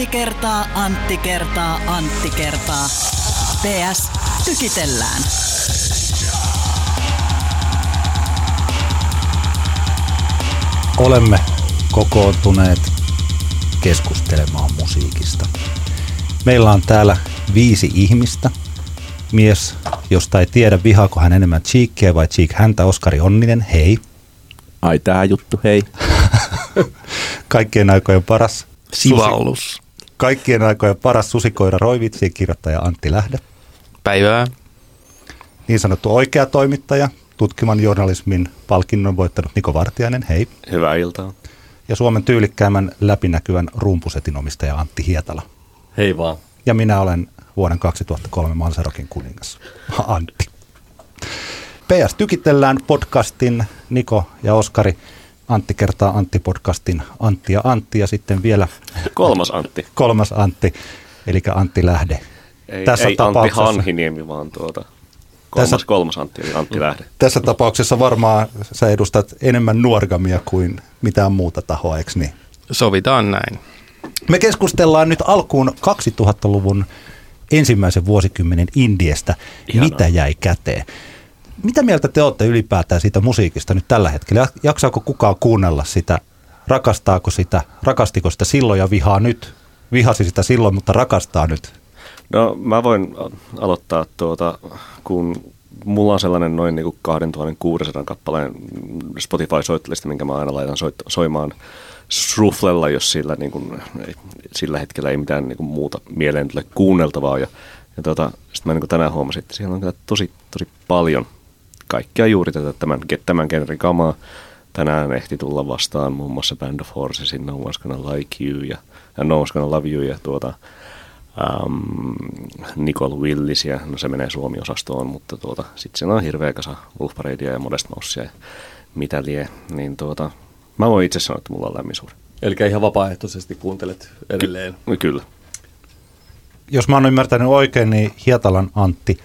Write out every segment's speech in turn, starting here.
Antti kertaa, Antti kertaa, Antti kertaa. PS. Tykitellään. Olemme kokoontuneet keskustelemaan musiikista. Meillä on täällä 5 ihmistä. Mies, josta ei tiedä, vihaako hän enemmän Cheekkiä vai Cheek häntä, Oskari Onninen, hei. Ai tää juttu, hei. Kaikkien aikojen paras Sivallus. Kaikkien aikojen paras susikoira Roivitsi, kirjoittaja Antti Lähde. Päivää. Niin sanottu oikea toimittaja, tutkivan journalismin palkinnon voittanut Niko Vartiainen, hei. Hyvää iltaa. Ja Suomen tyylikkäämmän läpinäkyvän rumpusetin omistaja Antti Hietala. Hei vaan. Ja minä olen vuoden 2003 Manserokin kuningas, Antti. PS Tykitellään podcastin Niko ja Oskari. Antti kertaa Antti-podcastin Antti ja Antti ja sitten vielä kolmas Antti, eli Antti Lähde. Ei Antti Hanhiniemi, vaan kolmas Antti, eli Antti Lähde. Tässä tapauksessa varmaan sä edustat enemmän nuorgamia kuin mitään muuta tahoa, eikö niin? Sovitaan näin. Me keskustellaan nyt alkuun 2000-luvun ensimmäisen vuosikymmenen indiestä. Ihanaa. Mitä jäi käteen? Mitä mieltä te olette ylipäätään siitä musiikista nyt tällä hetkellä? Jaksaako kukaan kuunnella sitä? Rakastaako sitä? Rakastiko sitä silloin ja vihaa nyt? Vihasi sitä silloin, mutta rakastaa nyt? No mä voin aloittaa kun mulla on sellainen noin niin kuin 2600 kappaleen Spotify-soittolista, minkä mä aina laitan soimaan shufflella, jos sillä hetkellä ei mitään niin kuin muuta mieleen tule kuunneltavaa. Ja sitten mä niin tänään huomasin, että siellä on kyllä tosi paljon kaikkea juuri tämän genren kamaa. Tänään ehti tulla vastaan muun muassa Band of Horsesin No One's Gonna Like You ja No One's Gonna Love You ja Nicole Willisia, no se menee Suomi-osastoon, mutta sitten siellä on hirveä kasa Wolf Paradea ja Modest Mousea ja mitä lie, niin mä voin itse sanoa, että mulla on lämmin suuri. Eli ihan vapaaehtoisesti kuuntelet edelleen? Kyllä. Jos mä oon ymmärtänyt oikein, niin Hietalan Antti,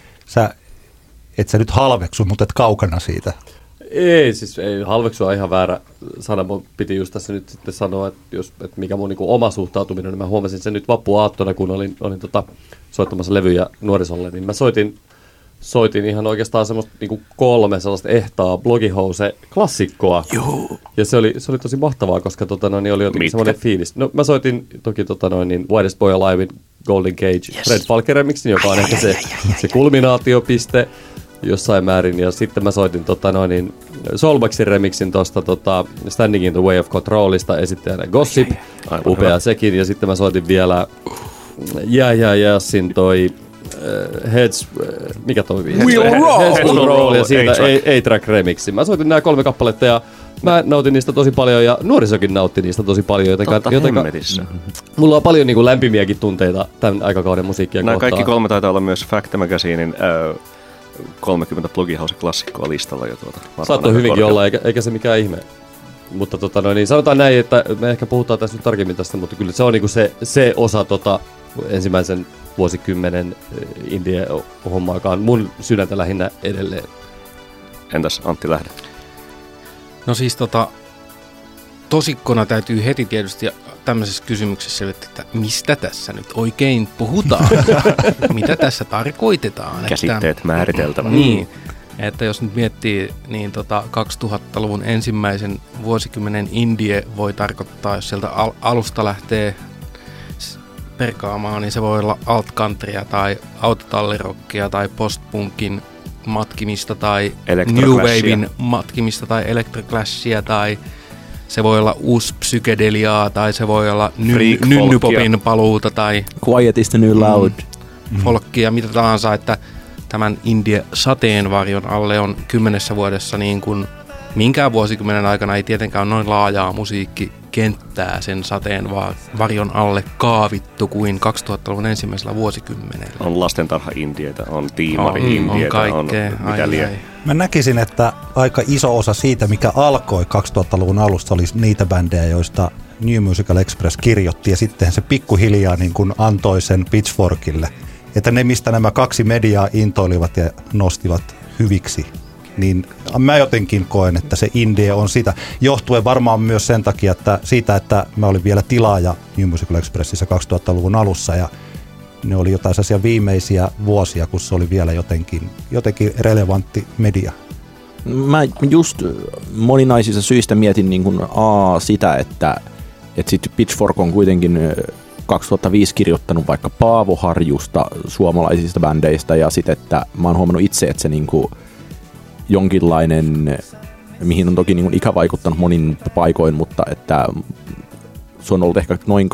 et sä nyt halveksu, mutta et kaukana siitä. Ei, siis ei halveksua ihan väärä sana. Mun piti just tässä nyt sitten sanoa, että mikä mun niinku oma suhtautuminen, niin mä huomasin sen nyt vappuaattona, kun olin soittamassa levyjä nuorisolle, niin mä soitin ihan oikeastaan semmoista niinku 3 sellaista ehtaa blogihouse-klassikkoa. Joo. Ja se oli tosi mahtavaa, koska oli jotenkin semmoinen fiilis. No mä soitin toki Widest Boy Alivein Golden Cage, Fred Falke remixin, joka on ehkä se kulminaatiopiste jossain määrin. Ja sitten mä soitin Soulbacksin remixin tuosta Standing in the Way of Controlista esittäjänä Gossip. Upea sekin. Ja sitten mä soitin vielä Jääsin toi Heads, mikä toi Heads Will Roll ja siitä A-Track remixin. Mä soitin nämä 3 kappaletta ja mä nautin niistä tosi paljon ja nuorisokin nautti niistä tosi paljon. Jotenka mulla on paljon niin lämpimiäkin tunteita tämän aikakauden musiikkia nämä kohtaan. Kaikki 3 taitaa olla myös Fact Magazinein 30 blogihouse-klassikkoa listalla. Saattoi hyvinkin olla, eikä se mikään ihme. Mutta niin sanotaan näin, että me ehkä puhutaan tässä nyt tarkemmin tästä, mutta kyllä se on niinku se osa ensimmäisen vuosikymmenen indie-hommaa, joka on mun sydäntä lähinnä edelleen. Entäs Antti Lähde? No siis tosikkona täytyy heti tietysti tämmöisessä kysymyksessä selvittää, että mistä tässä nyt oikein puhutaan? Mitä tässä tarkoitetaan? Käsitteet määriteltävä. Niin, että jos nyt miettii, niin 2000-luvun ensimmäisen vuosikymmenen indie voi tarkoittaa, jos sieltä alusta lähtee perkaamaan, niin se voi olla alt-countrya tai autotallirockia tai postpunkin matkimista tai new wavein matkimista tai electroclashia tai se voi olla psykedeliaa tai se voi olla nynnypopin paluuta tai Quiet is the new loud. Folkkia, mitä tahansa, että tämän indie-sateenvarjon alle on 10 vuodessa niin kuin minkään vuosikymmenen aikana ei tietenkään noin laajaa musiikkikenttää sen sateenvarjon alle kaavittu kuin 2000-luvun ensimmäisellä vuosikymmenellä. On lastentarha-indietä, on tiimari-indietä, on mitä lie. Mä näkisin, että aika iso osa siitä, mikä alkoi 2000-luvun alusta, oli niitä bändejä, joista New Musical Express kirjoitti, ja sitten se pikkuhiljaa niin kuin antoi sen Pitchforkille. Että ne, mistä nämä 2 mediaa intoilivat ja nostivat hyviksi niin mä jotenkin koen, että se indie on sitä. Johtuen varmaan myös sen takia, että siitä, että mä olin vielä tilaaja New Musical Expressissä 2000-luvun alussa ja ne oli jotain sellaisia viimeisiä vuosia, kun se oli vielä jotenkin relevantti media. Mä just moninaisista syistä mietin niin kuin sitä, että sitten Pitchfork on kuitenkin 2005 kirjoittanut vaikka Paavo Harjusta suomalaisista bändeistä ja sitten, että mä oon huomannut itse, että se niin kuin jonkinlainen, mihin on toki niin kuin ikä vaikuttanut monin paikoin, mutta että se on ollut ehkä noin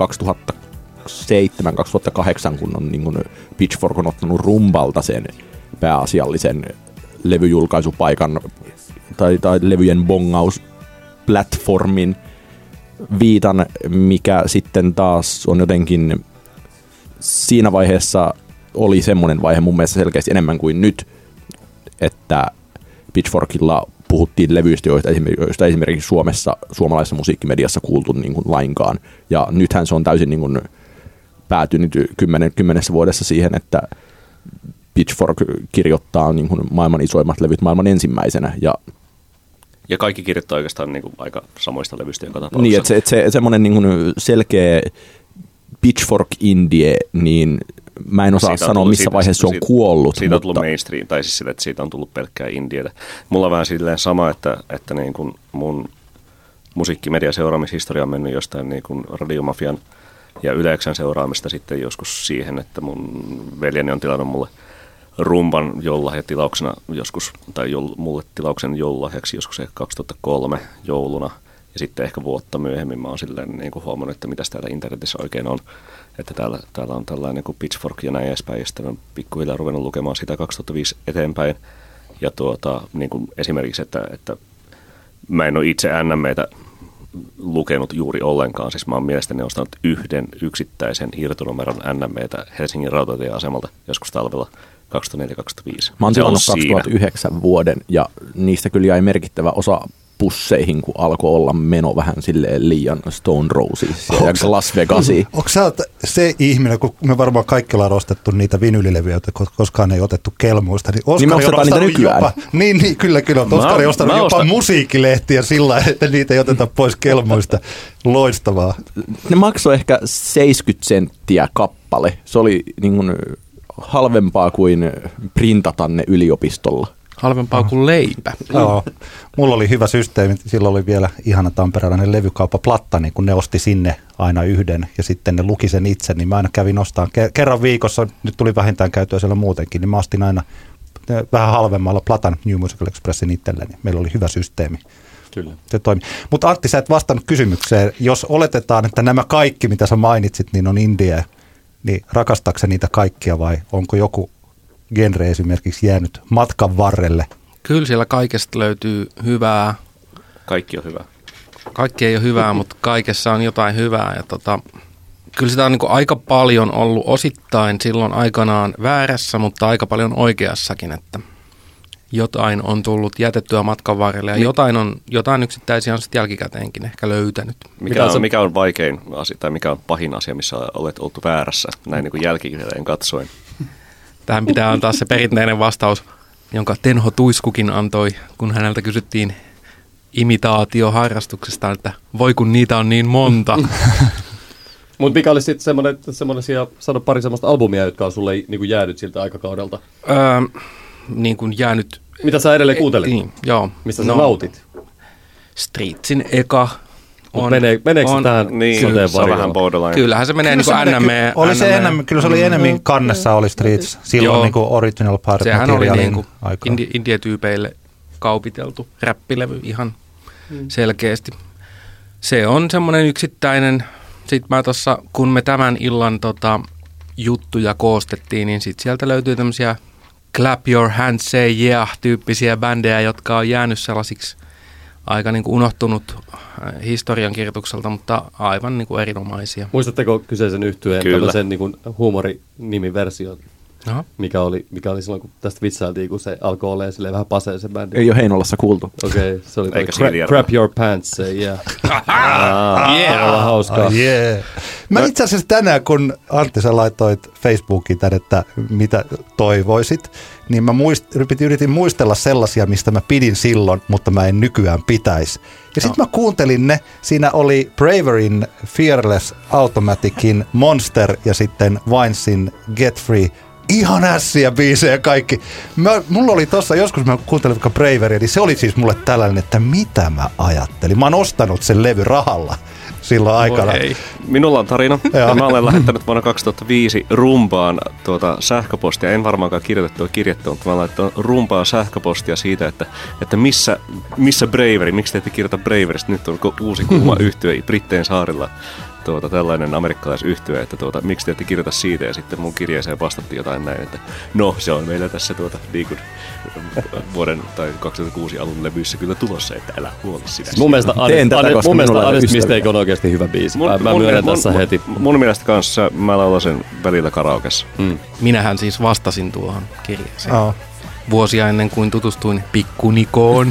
2007-2008, kun on niin kuin Pitchfork on ottanut Rumbalta sen pääasiallisen levyjulkaisupaikan tai levyjen bongausplatformin viitan, mikä sitten taas on jotenkin siinä vaiheessa oli semmoinen vaihe mun mielestä selkeästi enemmän kuin nyt, että Pitchforkilla puhuttiin levyistä, joista esimerkiksi suomalaisessa musiikkimediassa kuultu niin kuin lainkaan. Ja nythän se on täysin niin kuin päätynyt 10 vuodessa siihen, että Pitchfork kirjoittaa niin kuin maailman isoimmat levyt maailman ensimmäisenä. Ja kaikki kirjoittaa oikeastaan niin kuin aika samoista levyistä joka tapauksessa. Niin, että se semmoinen niin kuin selkeä Pitchfork indie, niin mä en osaa sanoa, missä vaiheessa se on kuollut. Siitä on tullut mainstream, tai siis sille, että siitä on tullut pelkkää indietä. Mulla on vähän silleen sama, että niin kuin mun musiikkimedian seuraamishistoria on mennyt jostain niin kuin Radiomafian ja Yle-X:n seuraamista sitten joskus siihen, että mun veljeni on tilannut mulle rumban joululahjatilauksena joskus, tai mulle tilauksen joululahjaksi joskus 2003 jouluna. Ja sitten ehkä vuotta myöhemmin mä oon silleen niin kuin huomannut, että mitäs täällä internetissä oikein on. Että täällä on tällainen niin kuin Pitchfork ja näin edespäin. Ja sitten on pikkuhiljaa ruvennut lukemaan sitä 2005 eteenpäin. Ja niin kuin esimerkiksi, että mä en ole itse NM:tä lukenut juuri ollenkaan. Siis mä oon mielestäni ostanut yhden yksittäisen irtonumeron NM:tä Helsingin rautatieasemalta joskus talvella 2004-2005. Mä oon tilannut 2009 vuoden ja niistä kyllä jäi merkittävä osa pusseihin, kun alkoi olla meno vähän silleen liian Stone Roses ja Las Vegasia. Onko sä se ihminen, kun me varmaan kaikki ollaan ostettu niitä vinylilevyjä, joita koskaan ei otettu kelmuista, niin Oskari on ostanut jopa, niin, kyllä, Oskari on ostanut jopa musiikkilehtiä sillä, että niitä ei oteta pois kelmuista. Loistavaa. Ne maksoi ehkä 70 senttiä kappale. Se oli niin kuin halvempaa kuin printata ne yliopistolla. Halvempaa kuin leipä. Joo. Mulla oli hyvä systeemi. Silloin oli vielä ihana tamperelainen levykauppa Platta, niin kun ne osti sinne aina yhden ja sitten ne luki sen itse, niin mä aina kävin ostamaan kerran viikossa, nyt tuli vähintään käytyä siellä muutenkin, niin mä ostin aina vähän halvemmalla Platan New Musical Expressin itselleni. Meillä oli hyvä systeemi. Kyllä. Se toimi. Mutta Antti, sä et vastannut kysymykseen. Jos oletetaan, että nämä kaikki, mitä sä mainitsit, niin on indie, niin rakastaako sä niitä kaikkia vai onko joku genre esimerkiksi jäänyt matkan varrelle? Kyllä siellä kaikesta löytyy hyvää. Kaikki on hyvää. Kaikki ei ole hyvää, mutta kaikessa on jotain hyvää. Ja kyllä sitä on niin kuin aika paljon ollut osittain silloin aikanaan väärässä, mutta aika paljon oikeassakin, että jotain on tullut jätettyä matkan varrelle ja jotain yksittäisiä on sitten jälkikäteenkin ehkä löytänyt. Mikä on vaikein asia tai mikä on pahin asia, missä olet oltu väärässä näin niin kuin jälkikäteen katsoen? Tähän pitää antaa se perinteinen vastaus, jonka Tenho Tuiskukin antoi, kun häneltä kysyttiin imitaatioharrastuksesta, että voi kun niitä on niin monta. Mutta mikä olisi sitten semmoisia, sano pari semmoista albumia, jotka on sulle niin kuin jäänyt siltä aikakaudelta? Niin kuin jäänyt. Mitä sä edelleen kuuntelet? Niin, joo. Mistä sä nautit? Streetsin eka. Meneekö se tähän niin, se on vähän borderline. Kyllähän se menee niin kuin NM. Kyllä se oli enemmän kannessa oli Streets. Silloin niin kuin original part materiaalin aikaa. Indie-tyypeille kaupiteltu räppilevy ihan selkeästi. Se on semmoinen yksittäinen. Sitten mä tuossa, kun me tämän illan juttuja koostettiin, niin sitten sieltä löytyy tämmöisiä clap your hands, say yeah -tyyppisiä bändejä, jotka on jäänyt sellaisiksi aika niin kuin unohtunut historiankirjoitukselta, mutta aivan niin kuin erinomaisia. Muistatteko kyseisen yhtyeen tämmöisen niin kuin huumorinimiversion, mikä oli silloin, kun tästä vitsailtiin, kun se alkoi olemaan silleen vähän paseen se bändi? Ei ole Heinolassa kuultu. Okei, se oli Grab your pants, say yeah. Yeah. Hauskaa. Yeah. Mä itse asiassa tänään, kun Antti sä laitoit Facebookiin tän, että mitä toivoisit, niin mä yritin muistella sellaisia, mistä mä pidin silloin, mutta mä en nykyään pitäisi. Ja sitten mä kuuntelin ne. Siinä oli Braveryn, Fearless, Automaticin, Monster ja sitten Winesin Get Free. Ihan ässiä biisejä kaikki. Mulla oli tossa, joskus mä kuuntelin vaikka Braveria, niin se oli siis mulle tällainen, että mitä mä ajattelin. Mä oon ostanut sen levy rahalla silloin aikana. Minulla on tarina. Mä olen lähettänyt vuonna 2005 rumpaan sähköpostia. En varmaankaan kirjoitettua kirjettä, mutta mä olen laittanut rumpaan sähköpostia siitä, että missä Bravery, miksi te ette kirjoita Braverista? Nyt on uusi kuuma yhtye Brittein saarilla. Tällainen amerikkalaisyhtye, että miksi te ette kirjoita siitä, ja sitten mun kirjeeseen vastattiin jotain näin, että no, se on meillä tässä vuoden tai 2006 alun levyssä kyllä tulossa, että älä huoli sitä. Mun mielestä Honest Mistake on oikeasti hyvä biisi. Mä myönnän tässä heti. Mun mielestä kanssa mä laulan sen välillä karaokessa. Minähän siis vastasin tuohon kirjeeseen. Vuosia ennen kuin tutustuin Pikku Nikoon.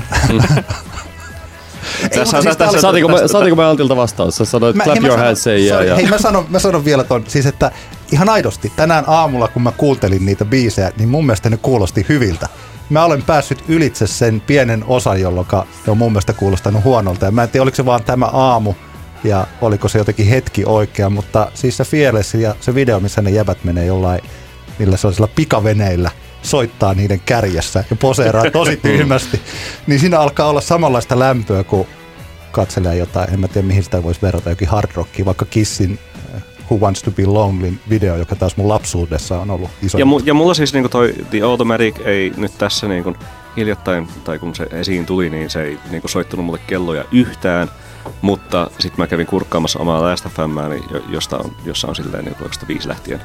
Saatiinko me Antilta vastaus? Sä sanoit clap your hands, say yeah. Hei, mä sanon vielä ton, siis että ihan aidosti, tänään aamulla kun mä kuuntelin niitä biisejä, niin mun mielestä ne kuulosti hyviltä. Mä olen päässyt ylitse sen pienen osan, jolloin on mun mielestä kuulostanut huonolta. Ja mä en tiedä, oliko se vaan tämä aamu ja oliko se jotenkin hetki oikea, mutta siis se Fearless ja se video, missä ne jäbät menee jollain niillä sellaisilla pikaveneillä, soittaa niiden kärjessä ja poseeraa tosi tyhmästi, niin siinä alkaa olla samanlaista lämpöä, kun katselee jotain, en mä tiedä mihin sitä voisi verrata, jokin hard rockia, vaikka Kissin Who Wants to Be Lonely video, joka taas mun lapsuudessa on ollut iso. Ja mulla siis niinku toi The Automatic ei nyt tässä niinku hiljattain, tai kun se esiin tuli, niin se ei niinku soittunut mulle kelloja yhtään, mutta sitten mä kävin kurkkaamassa omaa Last FM:ääni, jossa on silleen niin 2005 lähtien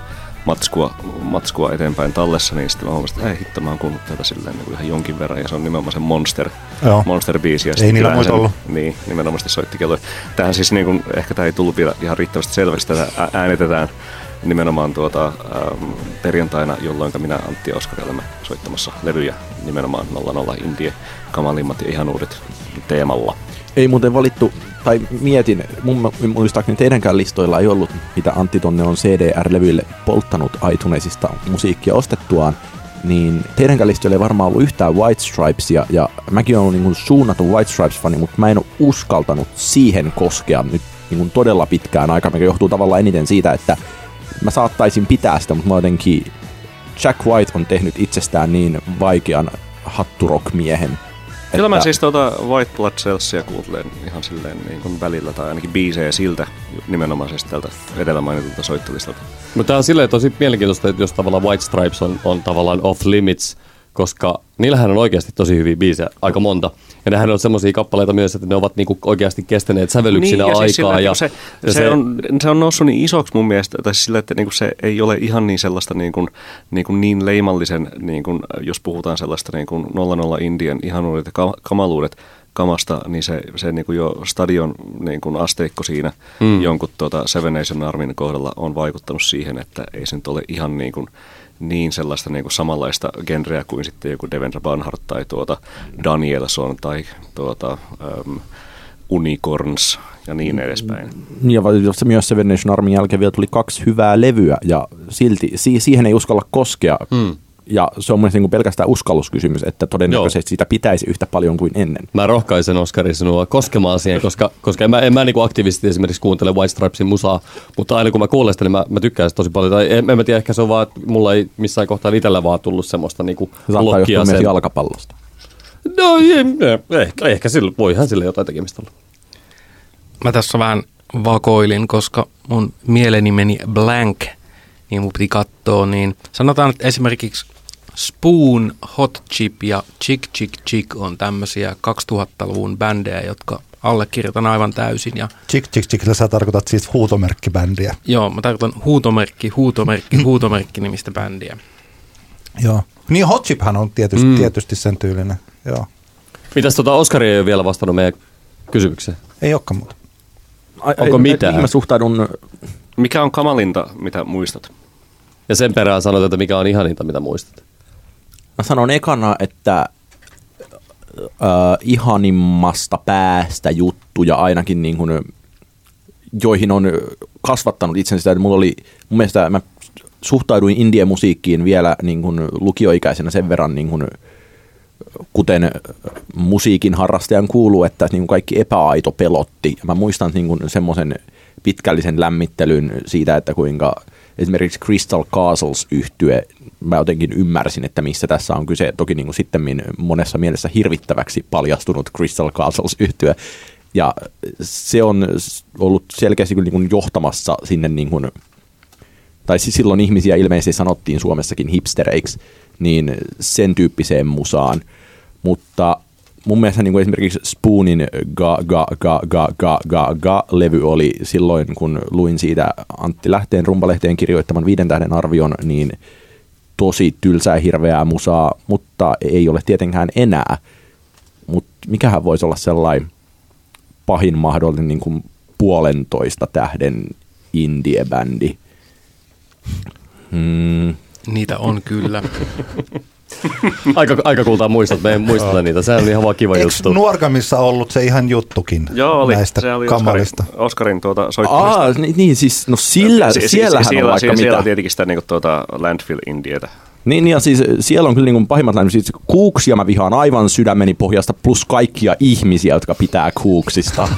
matskua eteenpäin tallessa, niin sitten mä huomasin, että hitto, mä oon kuunnut tätä silleen niin ihan jonkin verran, ja se on nimenomaan se Monster-biisi. Ei niillä muita ollut. Niin, nimenomaan soitti kelloja. Tähän siis niin kuin, ehkä tämä ei tullut vielä ihan riittävästi selväksi, tätä äänitetään nimenomaan perjantaina, jolloin minä Antti ja Oskari olemme soittamassa levyjä nimenomaan 00 Indie, kamalimmat ja ihan uudet teemalla. Ei muuten valittu, tai mietin, muistaakseni teidänkään listoilla ei ollut, mitä Antti tonne on CDR-levyille polttanut iTunesista musiikkia ostettuaan, niin teidänkään listoilla ei varmaan ollut yhtään White Stripesia, ja mäkin olen ollut niin suunnatun White Stripes-fani, mutta mä en ole uskaltanut siihen koskea nyt niin todella pitkään aikaa, mikä johtuu tavallaan eniten siitä, että mä saattaisin pitää sitä, mutta mä jotenkin Jack White on tehnyt itsestään niin vaikean hatturock-miehen. Kyllä mä siis White Blood Cellsia kuuntelen ihan silleen niin kuin välillä, tai ainakin biisejä siltä nimenomaisesti tältä edellä mainitulta soittolistalta. Mutta tää on silleen tosi mielenkiintoista, että jos tavallaan White Stripes on tavallaan off limits, koska niillähän on oikeasti tosi hyviä biisejä, aika monta. Ja nehän on semmosia kappaleita myös, että ne ovat niinku oikeasti kestäneet sävellyksinä niin, aikaa. Siis se on noussut niin isoksi mun mielestä, tai sillä, että niinku se ei ole ihan niin sellaista niin leimallisen, niinku, jos puhutaan sellaista niin 00 Indien ihanuudet ja kamaluudet kamasta, niin se niinku jo stadion niinku asteikko siinä jonkun Seven Nation Armyn kohdalla on vaikuttanut siihen, että ei se nyt ole ihan niin sellaista niin kuin samanlaista genreä kuin sitten joku Devendra Banhart tai Danielson tai Unicorns ja niin edespäin. Ja myös Seven Nation Armyn jälkeen vielä tuli 2 hyvää levyä ja silti siihen ei uskalla koskea. Ja se on mielestäni pelkästään uskalluskysymys, että todennäköisesti sitä pitäisi yhtä paljon kuin ennen. Mä rohkaisen Oskari sinua koskemaan siihen, koska en mä niin aktiivisesti esimerkiksi kuuntele White Stripesin musaa, mutta aina kun mä kuulen sitä, niin mä tykkään sitä tosi paljon. Tai en mä tiedä, ehkä se on vaan, että mulla ei missään kohtaa itsellä vaan tullut semmoista niinku blokkia sen. Jalkapallosta. No ehkä sillä, voihan sillä jotain tekemistä olla. Mä tässä vähän vakoilin, koska mun mieleni meni blank, niin mun piti katsoa, niin sanotaan, että esimerkiksi Spoon, Hot Chip ja Chick Chick Chick on tämmöisiä 2000-luvun bändejä, jotka allekirjoitan aivan täysin. Ja Chick Chick Chick, sä tarkoitat siis huutomerkkibändiä. Joo, mä tarkoitan huutomerkki nimistä bändiä. Joo. Niin Hot Chiphän on tietysti sen tyylinen. Joo. Mitäs Oskari ei ole vielä vastannut meidän kysymykseen? Ei olekaan muuta. Onko mitään? Mä suhtaudun... Mikä on kamalinta, mitä muistat? Ja sen perään sanot, että mikä on ihaninta, mitä muistat? Mä sanon ekana, että ihanimmasta päästä juttuja ainakin niin kuin, joihin on kasvattanut itsensä sitä, että mun mielestä mä suhtauduin indie-musiikkiin vielä niin kuin lukioikäisenä sen verran, niin kuin, kuten musiikin harrastajan kuuluu, että niin kuin kaikki epäaito pelotti. Mä muistan niin kuin semmoisen pitkällisen lämmittelyn siitä, että kuinka esimerkiksi Crystal Castles-yhtye, mä jotenkin ymmärsin, että missä tässä on kyse. Toki niin kuin sittemmin monessa mielessä hirvittäväksi paljastunut Crystal Castles-yhtye. Ja se on ollut selkeästi niin kuin johtamassa sinne, niin kuin, tai siis silloin ihmisiä ilmeisesti sanottiin Suomessakin hipstereiksi, niin sen tyyppiseen musaan. Mutta mun mielestä niin kuin esimerkiksi Spoonin Ga-Ga-Ga-Ga-Ga-Ga-Ga-levy oli silloin, kun luin siitä Antti Lähteen Rumpalehteen kirjoittaman 5 tähden arvion, niin tosi tylsää hirveää musaa, mutta ei ole tietenkään enää. Mutta mikähän voisi olla sellainen pahin mahdollinen niin kuin 1,5 tähden indie-bändi? Niitä on kyllä. Aika kultaa muistat, me ei muisteta niitä. Se on ihan vaan kiva juttu. Eikö Nuorgamissa ollut se ihan juttukin? Joo, oli. Näistä se oli kamalista? Oscarin soittamista. Niin siis, no siellähän on vaikka mitä. Siellä on tietenkin sitä niin landfill-indietä. Niin, ja siis siellä on kyllä niin pahimmat lähdöt. Siis Cooksia mä vihaan aivan sydämeni pohjasta, plus kaikkia ihmisiä, jotka pitää Cooksista.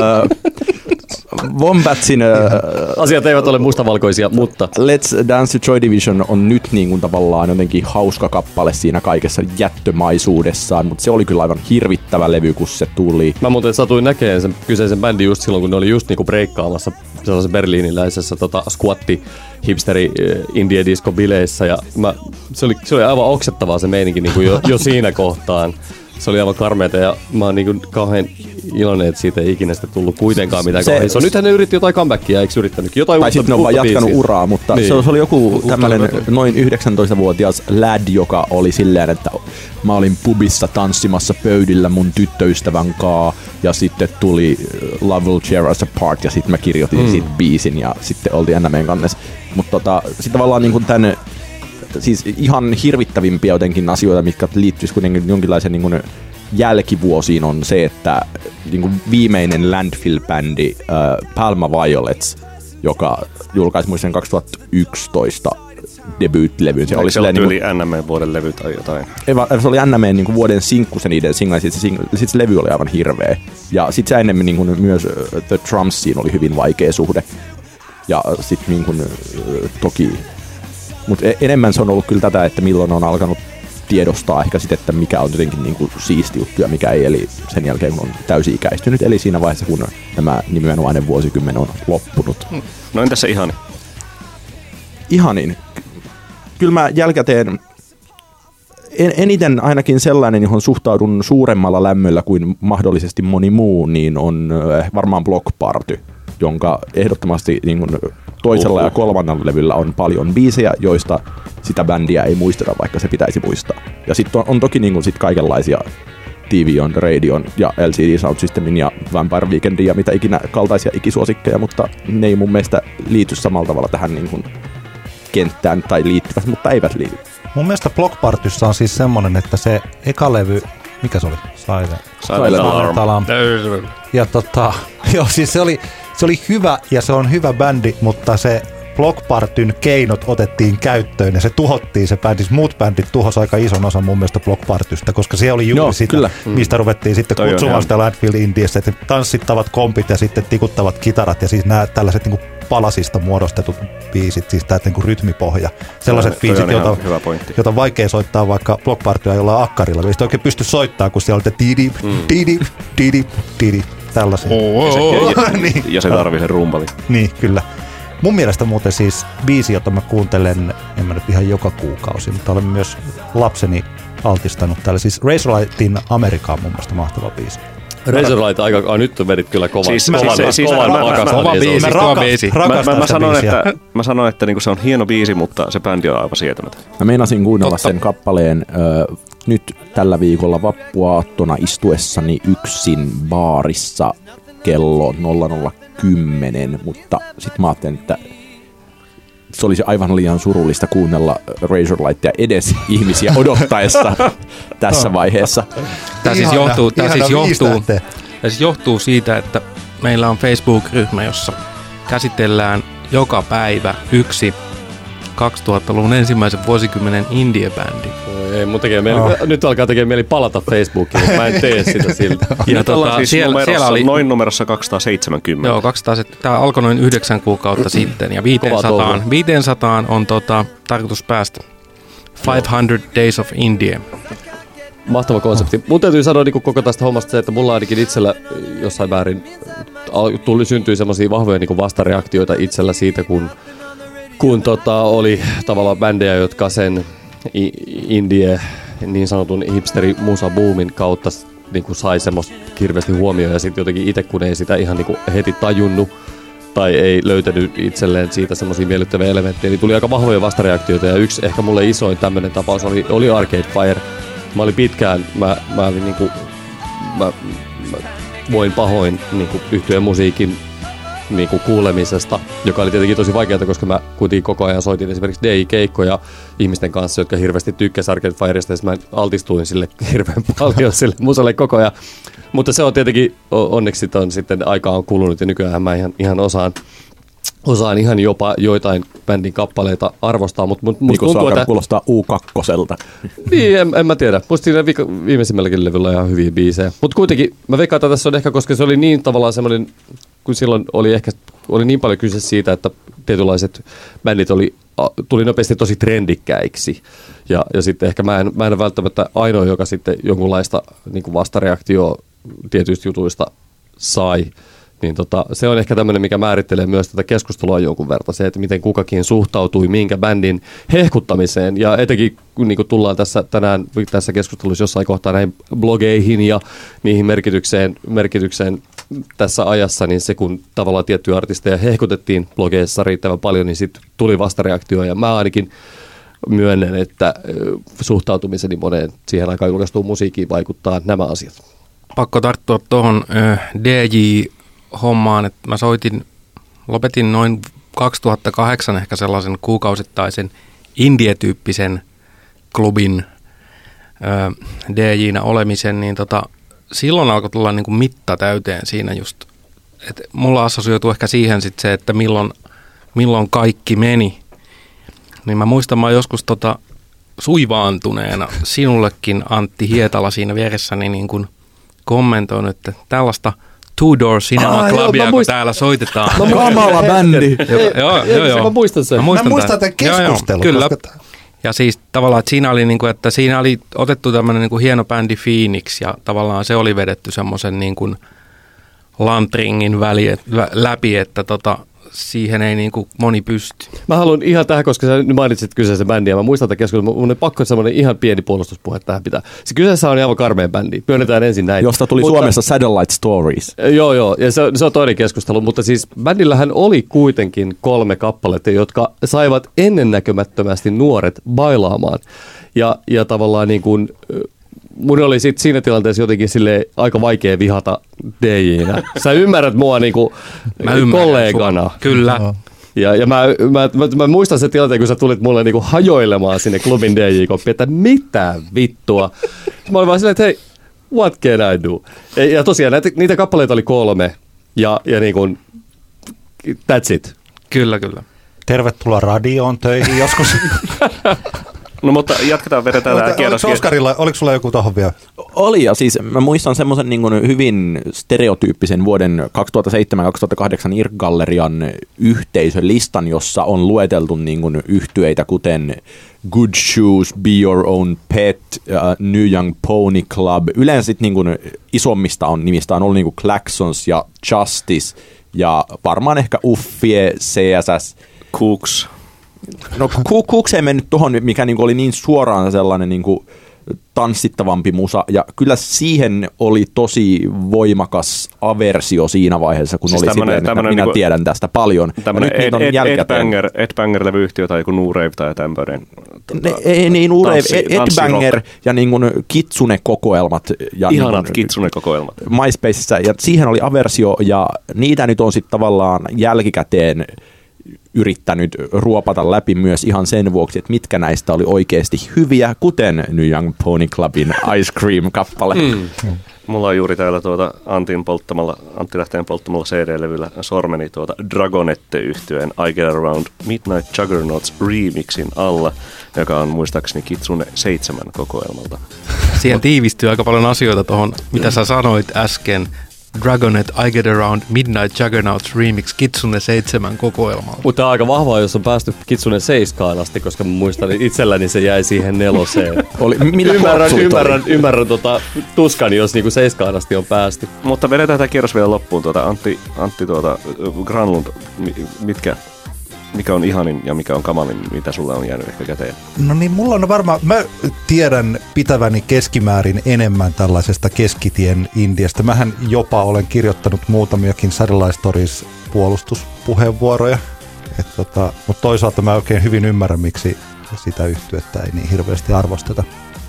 Wombatsin asiat eivät ole mustavalkoisia, mutta Let's Dance to Joy Division on nyt niin kuin tavallaan jotenkin hauska kappale siinä kaikessa jättömaisuudessaan, mutta se oli kyllä aivan hirvittävä levy, kun se tuli. Mä muuten satuin näkemään sen kyseisen bändin just silloin, kun ne oli just niinku breikkaamassa sellaisessa berliiniläisessä squatti hipsteri indie disco bileissä, ja se oli aivan oksettavaa se meininki niinku jo siinä kohtaan. Se oli aivan karmeeta, ja mä oon niinku kauhean iloinen, että siitä ei ikinä sitten tullut kuitenkaan mitään kohdissa. Nythän ne yritti jotain comebackia, eikö yrittänytkin? Jotain tai sitten ne on vaan jatkanut uraa, mutta niin. Se oli joku tämmöinen noin 19-vuotias lad, joka oli silleen, että mä olin pubissa tanssimassa pöydillä mun tyttöystävän kaa, ja sitten tuli Love Will Tear Us Apart, ja sitten mä kirjoitin siitä biisin, ja sitten oltiin NM:n kannessa. Mutta sitten tavallaan niin kuin tän, siis ihan hirvittävimpiä jotenkin asioita, mitkä liittyisi kuitenkin jonkinlaisen niin kuin jälkivuosiin, on se, että niin kuin viimeinen landfill-bändi Palma Violets, joka julkaisi muisen 2011 debyyttilevyn. Se oli silleen yli NM:n vuoden levy tai jotain. Se oli NM:n niin kuin vuoden sinkku se niiden single, sitten se levy oli aivan hirveä. Ja sitten se enemmän niin kuin myös The Trumpsiin oli hyvin vaikea suhde. Ja sitten niin kuin toki, mutta enemmän se on ollut kyllä tätä, että milloin on alkanut tiedostaa ehkä sitten, että mikä on jotenkin niin kuin siisti juttu ja mikä ei, eli sen jälkeen kun on täysi-ikäistynyt, eli siinä vaiheessa kun tämä nimenomainen vuosikymmen on loppunut. No entäs se ihani? Ihanin? Kyllä mä jälkikäteen eniten ainakin sellainen, johon suhtaudun suuremmalla lämmöllä kuin mahdollisesti moni muu, niin on varmaan Block Party, jonka ehdottomasti niin kuin toisella ja kolmannella levyllä on paljon biisejä, joista sitä bändiä ei muisteta, vaikka se pitäisi muistaa. Ja sitten on toki niin kuin sit kaikenlaisia TV on Radion ja LCD Sound Systemin ja Vampire Weekendin ja mitä ikinä kaltaisia ikisuosikkeja, mutta ne ei mun mielestä liity samalla tavalla tähän niin kuin kenttään tai liittyvät, mutta eivät liity. Mun mielestä Block Partyssa on siis semmonen, että se eka levy, mikä se oli? Silent Alarm. Ja joo, siis se oli hyvä ja se on hyvä bändi, mutta se Block Partyn keinot otettiin käyttöön ja se tuhottiin se bändi. Muut bändit tuhosi aika ison osan mun mielestä Block Partysta, koska se oli juuri sitä, kyllä. Mistä ruvettiin sitten kutsumaan sitä Landfill Indiessä, että tanssittavat kompit ja sitten tikuttavat kitarat ja siis nämä tällaiset niin kuin palasista muodostetut biisit, siis tämä niin kuin rytmipohja. Sellaiset biisit, joita on vaikea soittaa vaikka Block Partyä jollain akkarilla. Ei sitä oikein pysty soittamaan, kun siellä on tidip, tällaisia. Ja se tarvii sen rumpalin. Niin, kyllä. Mun mielestä muuten siis biisi, jota mä kuuntelen, en mä nyt ihan joka kuukausi, mutta olen myös lapseni altistanut täällä. Siis Razorlightin Amerikka on mun mielestä mahtava biisi. Razorlight nyt vedit kyllä kovan biisi. Mä sanoin, että niinku se on hieno biisi, mutta se bändi on aivan sietämätön. Mä meinasin kuunnella sen kappaleen nyt tällä viikolla vappuaattona istuessani yksin baarissa kello 00:10, mutta sit mä ajattelin, että se olisi aivan liian surullista kuunnella Razorlightia edes ihmisiä odottaessa tässä vaiheessa. Tämä siis johtuu siitä, että meillä on Facebook-ryhmä, jossa käsitellään joka päivä yksi 2000-luvun ensimmäisen vuosikymmenen indie-bändi. Ei, mun tekee mieli, nyt alkaa tekemään mieli palata Facebookiin, mutta mä en tee sitä siltä. Ja siis siellä oli noin numerossa 270. Joo, 200. Tämä alkoi noin 9 kuukautta sitten ja 500 on tarkoitus päästä. 500 Days of India. Mahtava konsepti. Mun täytyy sanoa niin koko tästä hommasta se, että mulla ainakin itsellä jossain määrin syntyi semmoisia vahvoja niin vastareaktioita itsellä siitä, kun oli tavallaan bändejä, jotka sen indie, niin sanotun hipsteri musa boomin kautta niin kuin sai semmoista hirveästi huomioon ja sitten jotenkin itse kun ei sitä ihan niin kuin heti tajunnut tai ei löytänyt itselleen siitä semmoisia miellyttäviä elementtejä, niin tuli aika vahvoja vastareaktioita ja yksi ehkä mulle isoin tämmöinen tapaus oli Arcade Fire. Mä olin pitkään, mä voin pahoin niin kuin yhtyeen musiikin niin kuin kuulemisesta, joka oli tietenkin tosi vaikeaa, koska mä kuitenkin koko ajan soitin esimerkiksi DJ-keikkoja ihmisten kanssa, jotka hirveästi tykkäsivät Arcade Firesta, ja mä altistuin sille hirveän paljon sille musalle koko ajan. Mutta se on tietenkin, onneksi sitten aikaa on kulunut, ja nykyään mä ihan osaan ihan jopa joitain bändin kappaleita arvostaa, mutta musta tuntuu, että kuulostaa U2:lta. Niin, en mä tiedä. Musta siinä viimeisimmälläkin levyllä on ihan hyviä biisejä. Mutta kuitenkin mä veikkaan, että tässä on ehkä, koska se oli niin tavallaan semmoinen, kun silloin oli niin paljon kyse siitä, että tietynlaiset bändit tuli nopeasti tosi trendikkäiksi. Ja sitten ehkä mä en välttämättä ainoa, joka sitten jonkunlaista niin kuin vastareaktioa tietyistä jutuista sai. Niin se on ehkä tämmöinen, mikä määrittelee myös tätä keskustelua jonkun verran. Se, että miten kukakin suhtautui minkä bändin hehkuttamiseen. Ja etenkin kun niin tullaan tänään tässä keskustelussa jossain kohtaa näihin blogeihin ja niihin merkitykseen tässä ajassa, niin se kun tavallaan tiettyjä artisteja hehkutettiin blogeissa riittävän paljon, niin sitten tuli vastareaktio. Ja mä ainakin myönnän, että suhtautumiseni moneen siihen aikaan julkaistuun musiikkiin vaikuttaa nämä asiat. Pakko tarttua tuohon DJ-hommaan, että mä lopetin noin 2008 ehkä sellaisen kuukausittaisen indie-tyyppisen klubin DJ-nä olemisen, niin silloin alkoi tulla niin kuin mitta täyteen siinä just. Et mulla assosioituu ehkä siihen sit se, että milloin kaikki meni. Niin mä muistan, mä joskus suivaantuneena sinullekin, Antti Hietala, siinä vieressäni niin kuin kommentoinut, että tällaista Two Door Cinema Clubia, kun täällä soitetaan. Kamala bändi. Joo. Mä muistan sen. Mä muistan tämän keskustelun. Kyllä. Ja siis tavallaan, että siinä oli otettu tämmöinen niin kuin hieno bändi Phoenix, ja tavallaan se oli vedetty semmoisen niin kuin lantringin läpi, että siihen ei niin kuin moni pysty. Mä haluan ihan tähän, koska sä mainitsit kyseisen bändin, ja mä muistan tätä keskustelua, mun on pakko semmoinen ihan pieni puolustuspuhe tähän pitää. Se kyseessä on aivan karmeen bändi, myönnetään ensin näin. Josta tuli Suomessa Satellite Stories. Joo, ja se on toinen keskustelu, mutta siis bändillähän oli kuitenkin 3 kappaletta, jotka saivat ennennäkemättömästi nuoret bailaamaan. Ja tavallaan niin kuin mun oli sit siinä tilanteessa jotenkin aika vaikea vihata DJ:nä. Sä ymmärrät mua niinku kollegana. Sua. Kyllä. Ja mä muistan sen tilanteen, kun sä tulit mulle niinku hajoilemaan sinne klubin DJ-koppiin, että mitä vittua. Mä olin vaan silleen, että hei, what can I do? Ja tosiaan niitä kappaleita oli 3 ja niinku, that's it. Kyllä. Tervetuloa radioon töihin joskus. No mutta jatketaan, vedetään tämä kierros. Oskarilla, oliko sulla joku tohon vielä? Oli, ja siis mä muistan semmoisen niin kuin hyvin stereotyyppisen vuoden 2007-2008 IRC-gallerian yhteisölistan, jossa on lueteltu niin kuin yhtyeitä kuten Good Shoes, Be Your Own Pet, New Young Pony Club. Yleensä niin kuin isommista nimistä on ollut niin kuin Klaxons ja Justice, ja varmaan ehkä Uffie, CSS. Cooks. No Cooks ei mennyt tuohon, mikä niinku oli niin suoraan sellainen niinku tanssittavampi musa, ja kyllä siihen oli tosi voimakas aversio siinä vaiheessa, kun siis oli silleen, että minä niinku, tiedän tästä paljon. Tämmöinen Ed Banger-levyyhtiö tai joku New Rave tai tämmöinen. Niin, New Rave, Ed Banger ja niin kuin Kitsune-kokoelmat. Ihanat niin Kitsune-kokoelmat. MySpacessa, ja siihen oli aversio, ja niitä nyt on sitten tavallaan jälkikäteen yrittänyt ruopata läpi myös ihan sen vuoksi, että mitkä näistä oli oikeasti hyviä, kuten New Young Pony Clubin Ice Cream-kappale. Mulla on juuri täällä Antti Lähteen polttamalla CD-levyllä sormeni Dragonette-yhtyeen I Get Around Midnight Juggernauts remixin alla, joka on muistaakseni Kitsune 7 kokoelmalta. Siihen tiivistyy aika paljon asioita tuohon, mitä sä sanoit äsken. Dragonet I Get Around Midnight Juggernauts Remix Kitsune 7 kokoelmalla. Mutta on aika vahvaa, jos on päästy Kitsune 7 asti, koska mä muistan, että itselläni se jäi siihen 4. Ymmärrän tuskani, jos niinku 7 asti on päästy. Mutta vedetään tämä kierros vielä loppuun. Antti Granlund, mikä on ihanin ja mikä on kamalin, mitä sulla on jäänyt ehkä käteen? No niin, mulla on varmaan, mä tiedän pitäväni keskimäärin enemmän tällaisesta keskitien Indiasta. Mähän jopa olen kirjoittanut muutamiakin Satellite Stories puolustuspuheenvuoroja. Mutta toisaalta mä oikein hyvin ymmärrän, miksi sitä yhtyettä ei niin hirveästi arvosteta.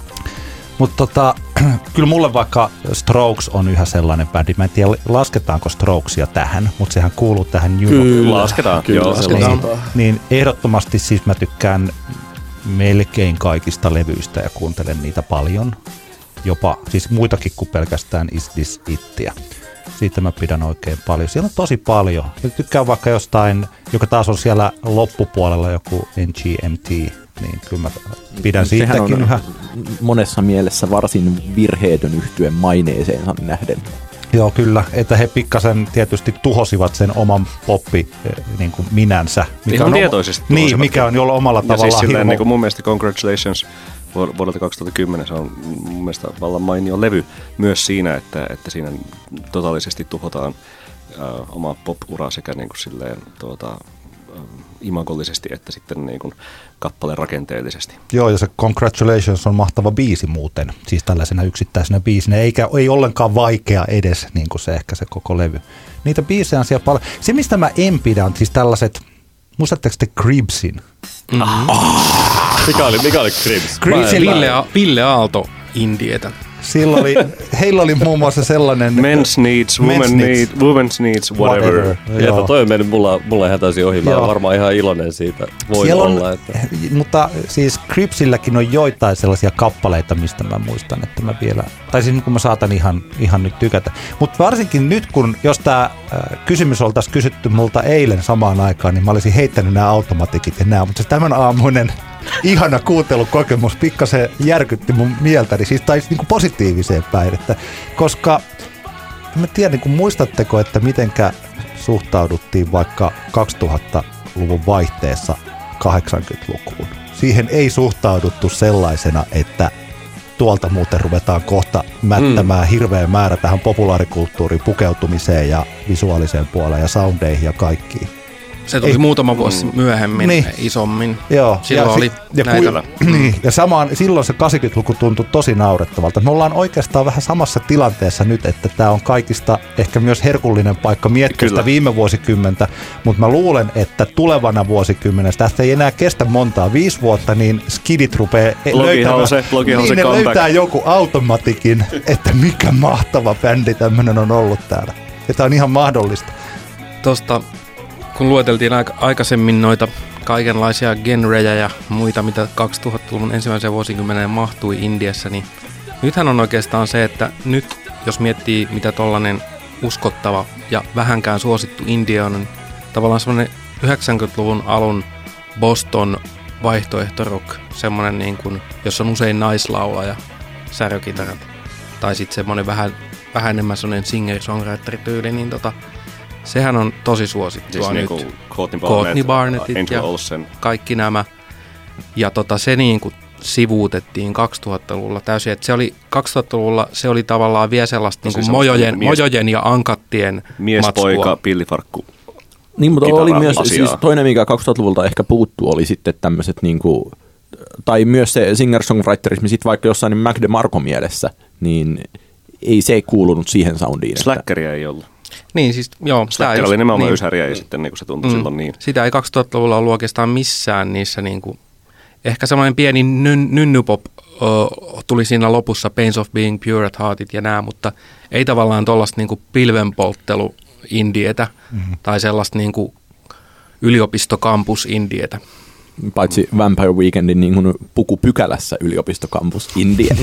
Mutta kyllä mulle vaikka Strokes on yhä sellainen bändi. Mä en tiedä, lasketaanko Strokesia tähän, mutta sehän kuuluu tähän Lasketaan. Niin ehdottomasti siis mä tykkään melkein kaikista levyistä ja kuuntelen niitä paljon. Jopa siis muitakin kuin pelkästään Is This Ittiä. Siitä mä pidän oikein paljon. Siellä on tosi paljon. Ja tykkään vaikka jostain, joka taas on siellä loppupuolella joku NGMT, niin kyllä mä pidän siitäkin yhä. Monessa mielessä varsin virheetön yhtyen maineeseensa nähden. Joo, kyllä. Että he pikkasen tietysti tuhosivat sen oman poppi niin kuin minänsä. Mikä on tietoisesti niin, mikä on jollain omalla tavallaan siis silleen, niin kuin mun mielestä Congratulations vuodelta 2010 se on mun mielestä vallan mainio levy myös siinä, että siinä totaalisesti tuhotaan omaa pop-uraa sekä niin kuin silleen imagollisesti että sitten niin kuin kappaleen rakenteellisesti. Joo, ja se Congratulations on mahtava biisi muuten, siis tällaisena yksittäisenä biisinä, ei ollenkaan vaikea edes niin kuin se ehkä se koko levy. Niitä biisejä on siellä paljon. Se, mistä mä en pidä, on siis tällaiset, muistatteko te Cribsin? Mikä oli Cribs? Ville Aalto Indietä. Heillä oli muun muassa sellainen Men's needs, women's needs, whatever. Joo, toi on mennyt mulla ihan täysin ohi. Mä olen varmaan ihan iloinen siitä. Voi olla. Mutta siis Cribsilläkin on joitain sellaisia kappaleita, mistä mä muistan, että mä vielä, tai siis kun mä saatan ihan nyt tykätä. Mutta varsinkin nyt, jos tämä kysymys oltaisiin kysytty multa eilen samaan aikaan, niin mä olisin heittänyt nämä automatikit ja nämä, mutta tämän aamuinen ihana kuuntelukokemus pikkasen järkytti mun mieltäni, siis tai niin kuin positiiviseen päin, koska en tiedä, niin muistatteko, että mitenkä suhtauduttiin vaikka 2000-luvun vaihteessa 80-lukuun. Siihen ei suhtauduttu sellaisena, että tuolta muuten ruvetaan kohta mättämään hirveä määrä tähän populaarikulttuuriin pukeutumiseen ja visuaaliseen puoleen ja soundeihin ja kaikkiin. Se tuli muutama vuosi myöhemmin, niin. Isommin. Joo. Silloin oli näitä. Ja silloin se 80-luku tuntui tosi naurettavalta. Me ollaan oikeastaan vähän samassa tilanteessa nyt, että tämä on kaikista ehkä myös herkullinen paikka miettiä sitä viime vuosikymmentä, mutta mä luulen, että tulevana vuosikymmenessä, tästä ei enää kestä montaa, 5 vuotta, niin skidit rupeaa löytää joku automatikin, että mikä mahtava bändi tämmöinen on ollut täällä. Ja tämä on ihan mahdollista. Tosta kun lueteltiin aikaisemmin noita kaikenlaisia genrejä ja muita, mitä 2000-luvun ensimmäiseen vuosikymmeneen mahtui Indiassa, niin nythän on oikeastaan se, että nyt jos miettii, mitä tollainen uskottava ja vähänkään suosittu India on, niin tavallaan semmoinen 90-luvun alun Boston vaihtoehtorock, semmoinen niin kuin, jossa on usein naislaulaja, särökitarat, tai sitten semmoinen vähän enemmän semmoinen singer-songwriter-tyyli, niin sehän on tosi suosittua siis nyt. Niin Courtney Barnettit ja Olsen. Kaikki nämä. Ja se niin kuin sivuutettiin 2000-luvulla täysin. Että se oli 2000-luvulla se oli tavallaan vielä sellaista niin kuin mojojen ja ankattien miespoika, pillifarkku. Niin, mutta oli myös siis toinen, mikä 2000-luvulta ehkä puuttuu, oli sitten tämmöiset niinku, tai myös se singer-songwriterismi sitten vaikka jossain niin Mac DeMarco mielessä, niin ei se kuulunut siihen soundiin. Slackeria ei ollut. Niin, siis joo. Slacker oli nimenomaan ysäriä ja sitten niin se tuntui silloin niin. Sitä ei 2000-luvulla ollut oikeastaan missään niissä niinku, ehkä semmoinen pieni nynnypop tuli siinä lopussa, Pains of Being Pure at Heartit ja nää, mutta ei tavallaan tollaista niinku pilvenpolttelu indietä tai sellaista niinku yliopistokampus Indietä. Paitsi Vampire Weekendin niin kuin pukupykälässä yliopistokampus Indie.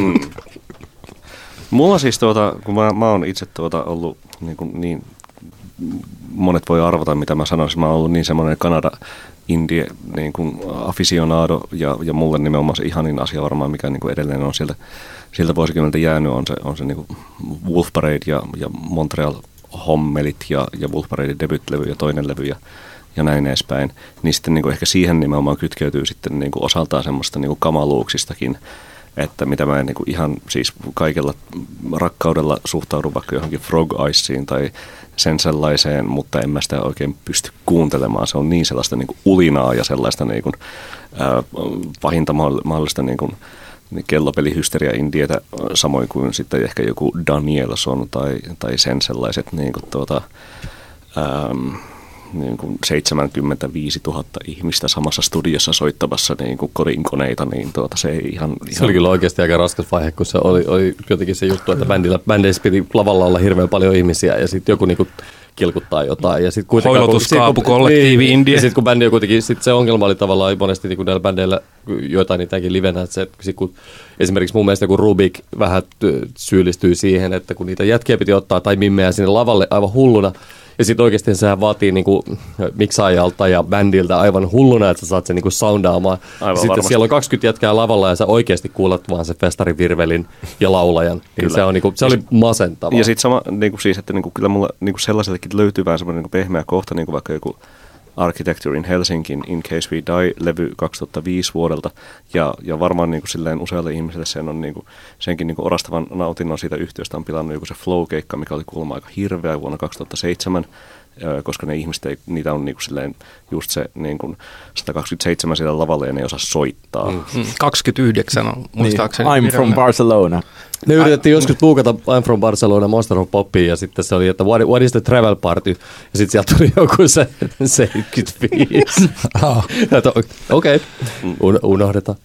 Mulla siis, kun mä oon itse ollut niin monet voi arvata, mitä mä sanoisin. Mä oon ollut niin semmoinen Kanada indie niin kuin aficionado ja mulle nimenomaan se ihanin asia varmaan, mikä niin kuin edelleen on sieltä vuosikymmeneltä jäänyt, on se niin kuin Wolf Parade ja Montreal Hommelit ja Wolf Paradein debut-levy ja toinen levy ja näin edespäin. Niin sitten niin kuin ehkä siihen nimenomaan kytkeytyy sitten niin kuin osaltaan semmoista niin kuin kamaluuksistakin, että mitä mä en niin kuin ihan siis kaikella rakkaudella suhtaudu vaikka johonkin Frog Iceen tai sen sellaiseen, mutta en mä sitä oikein pysty kuuntelemaan. Se on niin sellaista niin kuin ulinaa ja sellaista niin kuin, pahinta mahdollista niin kuin kellopelihysteria indietä, samoin kuin sitten ehkä joku Danielson tai sen sellaiset niin kuin niin kuin 75 000 ihmistä samassa studiossa soittamassa niin kuin kodinkoneita, niin se ei ihan... Se oli kyllä oikeasti aika raskas vaihe, kun se oli jotenkin se juttu, että bändeissä piti lavalla olla hirveän paljon ihmisiä ja sitten joku niinku kilkuttaa jotain. Ja sit Hoilotuskaapu, kollektiivi, Indie. Ja sitten kun bändi on kuitenkin, sit se ongelma oli tavallaan monesti niin näillä bändeillä joitain niitäkin livenä, että se, kun esimerkiksi mun mielestä kun Rubik vähän syyllistyy siihen, että kun niitä jätkiä piti ottaa tai mimmeä sinne lavalle aivan hulluna, ja sitten oikeasti sehän vaatii niinku miksaajalta ja bändiltä aivan hulluna, että sä saat sen niinku soundaamaan. Sitten varmasti. Siellä on 20 jätkää lavalla ja sä oikeasti kuulet vaan sen festarivirvelin ja laulajan. Niin se, on niinku, se oli masentavaa. Ja sitten sama, niinku siis, että niinku, kyllä mulla niinku sellaisellekin löytyy vähän semmoinen niinku pehmeä kohta, niinku vaikka joku Architecture in Helsinkin In Case We Die-levy 2005 vuodelta. Ja varmaan niinku silleen usealle ihmiselle sen on niinku, senkin niinku orastavan nautinnon siitä yhtiöstä on pilannut joku se Flow-keikka, mikä oli kuulemma aika hirveä vuonna 2007, koska ne ihmiset niitä on niinku silleen just se niinku 127 siellä lavalle ja ne ei osaa soittaa. 29 on muistaakseni. Niin, I'm from Barcelona. Me yritettiin joskus buukata I'm from Barcelona Monster of Popia ja sitten se oli, että what is the travel party? Ja sitten sieltä tuli joku se 75. Okei, unohdetaan.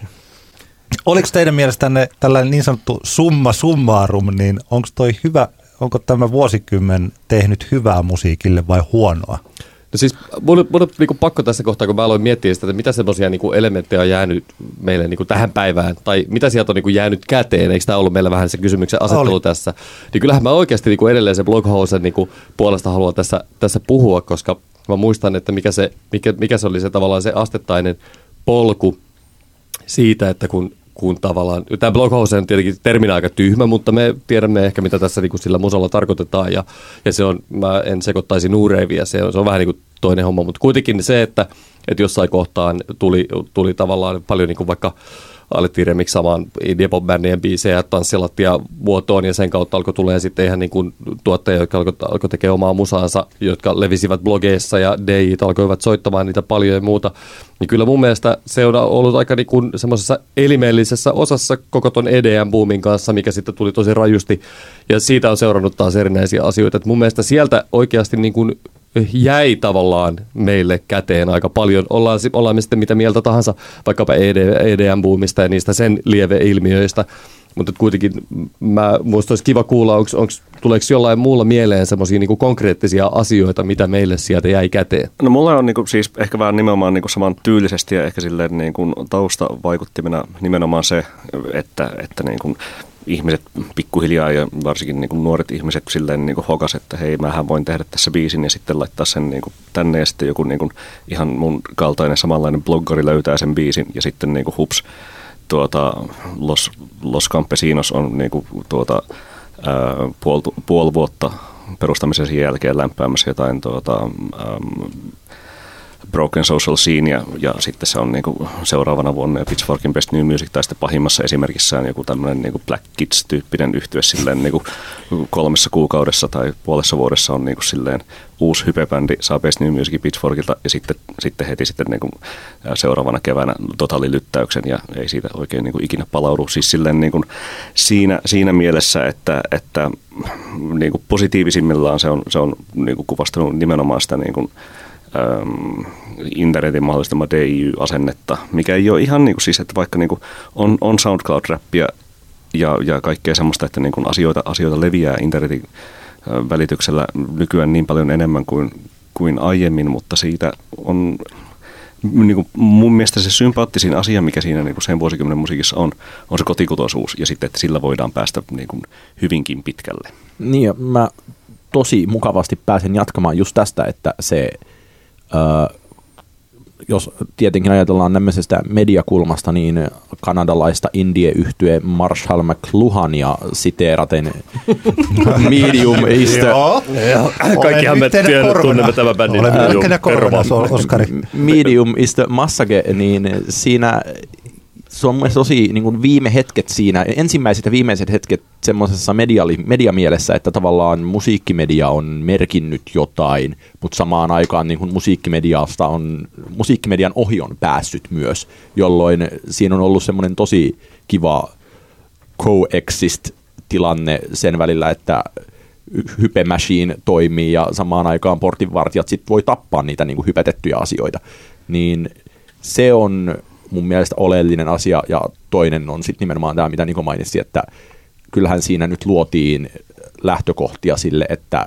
Oliko teidän mielestänne tällainen niin sanottu summa summarum, niin onko toi hyvä, onko tämä vuosikymmen tehnyt hyvää musiikille vai huonoa? No siis mun on niinku pakko tässä kohtaa, kun mä aloin miettiä sitä, että mitä semmoisia niinku elementtejä on jäänyt meille niinku tähän päivään, tai mitä sieltä on niinku jäänyt käteen, eikö tämä ollut meillä vähän se kysymyksen asettelu tässä? Niin kyllähän mä oikeasti niinku edelleen se Blokhausen niinku puolesta haluan tässä puhua, koska mä muistan, että mikä se oli se tavallaan se astettainen polku siitä, että kun tavallaan, tämä Blokhausen on tietenkin terminä aika tyhmä, mutta me tiedämme ehkä, mitä tässä niin kuin sillä musalla tarkoitetaan, ja se on, mä en sekoittaisi nuureiviä, se on vähän niin kuin toinen homma, mutta kuitenkin se, että jossain kohtaan tuli tavallaan paljon niin kuin vaikka alettiin remiksaamaan indie-pop-bändien biisejä tanssilattia vuotoon ja sen kautta alkoi tulee sitten ihan niin kuin tuottajia, jotka alkoi tekemään omaa musaansa, jotka levisivät blogeissa ja DJ:t alkoivat soittamaan niitä paljon ja muuta. Niin kyllä mun mielestä se on ollut aika niin kuin semmoisessa elimellisessä osassa koko ton EDM-boomin kanssa, mikä sitten tuli tosi rajusti ja siitä on seurannut taas erinäisiä asioita. Et mun mielestä sieltä oikeasti niin kuin jäi tavallaan meille käteen aika paljon. Ollaan me sitten mitä mieltä tahansa vaikkapa EDM-boomista ja niistä sen lieveilmiöistä, mutta kuitenkin minusta olisi kiva kuulla, tuleeko jollain muulla mieleen semmoisia niinku konkreettisia asioita, mitä meille sieltä jäi käteen? No mulla on niinku siis ehkä vähän nimenomaan niinku saman tyylisesti ja ehkä silleen niinku taustavaikuttimena nimenomaan se, että niinku ihmiset pikkuhiljaa ja varsinkin niin kuin nuoret ihmiset silleen niin kuin hokas, että hei, mähän voin tehdä tässä biisin ja sitten laittaa sen niin kuin tänne ja sitten joku niin kuin ihan mun kaltainen samanlainen bloggari löytää sen biisin ja sitten niin kuin hups, Los Campesinos on niin kuin puoli vuotta perustamisen jälkeen lämpäämässä jotain Broken Social Scene ja sitten se on niinku seuraavana vuonna Pitchforkin Best New Music tai sitten pahimmassa esimerkissään joku tämmöinen niinku Black Kids-tyyppinen yhtye silleen niinku 3 kuukaudessa tai puolessa vuodessa on niinku silleen uusi hypebändi saa Best New Music Pitchforkilta ja sitten heti sitten niinku seuraavana keväänä totaalilyttäyksen ja ei siitä oikein niinku ikinä palaudu. Siis silleen niinku siinä mielessä, että niinku positiivisimmillaan se on niinku kuvastanut nimenomaan sitä niinku internetin mahdollistama DIY-asennetta, mikä ei ole ihan niin kuin siis, että vaikka niin kuin on SoundCloud-räppiä ja kaikkea semmoista, että niin kuin asioita leviää internetin välityksellä nykyään niin paljon enemmän kuin kuin aiemmin, mutta siitä on niin kuin mun mielestä se sympaattisin asia, mikä siinä niin kuin sen vuosikymmenen musiikissa on se kotikutoisuus ja sitten, että sillä voidaan päästä niin kuin hyvinkin pitkälle. Niin ja mä tosi mukavasti pääsen jatkamaan just tästä, että se, jos tietenkin ajatellaan tämmöisestä mediakulmasta, niin kanadalaista indie-yhtye Marshall McLuhania siteeraten Medium is the... Kaikkihan me tunnemme tämän bändin. Medium is the Massage, niin siinä se on mielestäni tosi niin kuin viime hetket siinä, ensimmäiset ja viimeiset hetket semmoisessa mediamielessä, että tavallaan musiikkimedia on merkinnyt jotain, mutta samaan aikaan niin kuin musiikkimedian ohi on päässyt myös, jolloin siinä on ollut semmoinen tosi kiva coexist-tilanne sen välillä, että Hype Machine toimii ja samaan aikaan portinvartijat sit voi tappaa niitä niin kuin hypetettyjä asioita, niin se on mun mielestä oleellinen asia, ja toinen on sitten nimenomaan tämä, mitä Niko mainitsi, että kyllähän siinä nyt luotiin lähtökohtia sille, että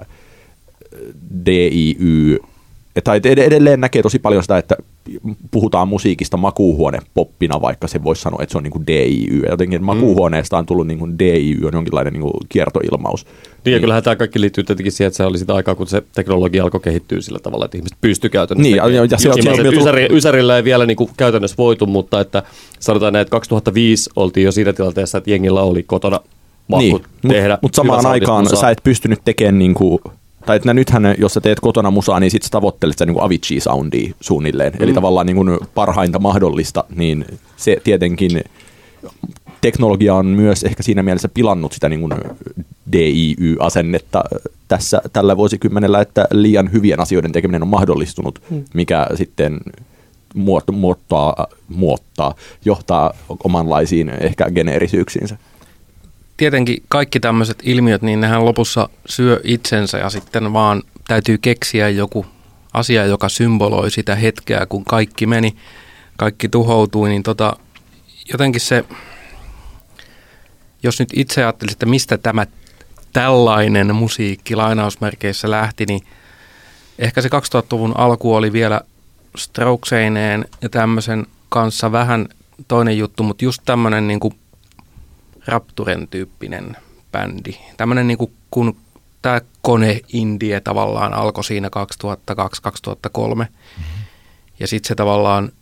DIY, tai edelleen näkee tosi paljon sitä, että puhutaan musiikista makuuhuone-poppina, vaikka se voisi sanoa, että se on niin kuin DIY. Jotenkin makuuhuoneesta on tullut niin kuin DIY, on jonkinlainen niin kuin kiertoilmaus. Niin, ja kyllähän tämä kaikki liittyy tietenkin siihen, että se oli sitä aikaa, kun se teknologia alkoi kehittyä sillä tavalla, että ihmiset pystyy käytännössä. Niin, ja Ysärillä ei vielä niin kuin käytännössä voitu, mutta että sanotaan näin, että 2005 oltiin jo siinä tilanteessa, että jengillä oli kotona mahkut tehdä. Mutta samaan aikaan sä et pystynyt tekemään niin kuin, tai että nythän, jos sä teet kotona musaa, niin sit sä tavoittelet sitä niin kuin Avicii-soundia suunnilleen. Eli tavallaan niin kuin parhainta mahdollista, niin se tietenkin teknologia on myös ehkä siinä mielessä pilannut sitä niin kuin DIY-asennetta tällä vuosikymmenellä, että liian hyvien asioiden tekeminen on mahdollistunut, mikä sitten johtaa omanlaisiin ehkä geneerisyyksiinsä. Tietenkin kaikki tämmöiset ilmiöt, niin nehän lopussa syö itsensä ja sitten vaan täytyy keksiä joku asia, joka symboloi sitä hetkeä, kun kaikki meni, kaikki tuhoutui, niin jotenkin se, jos nyt itse ajattelisi, että mistä tämä tällainen musiikki lainausmerkeissä lähti, niin ehkä se 2000-luvun alku oli vielä Strokeseineen ja tämmöisen kanssa vähän toinen juttu, mutta just tämmöinen niin kuin Rapturen tyyppinen bändi. Tämmöinen niin kuin kun tämä kone-indie tavallaan alkoi siinä 2002-2003. Ja sitten se tavallaan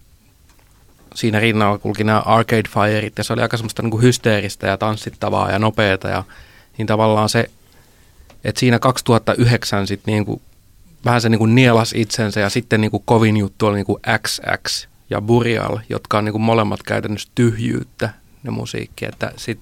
siinä rinnalla kulki nämä Arcade Fireit ja se oli aika semmoista niin kuin hysteeristä ja tanssittavaa ja nopeata. Ja niin tavallaan se, että siinä 2009 sitten niin kuin vähän se niin kuin nielas itsensä ja sitten niin kuin kovin juttu oli niin kuin XX ja Burial, jotka on niin kuin molemmat käytännössä tyhjyyttä ne musiikki. Että sit,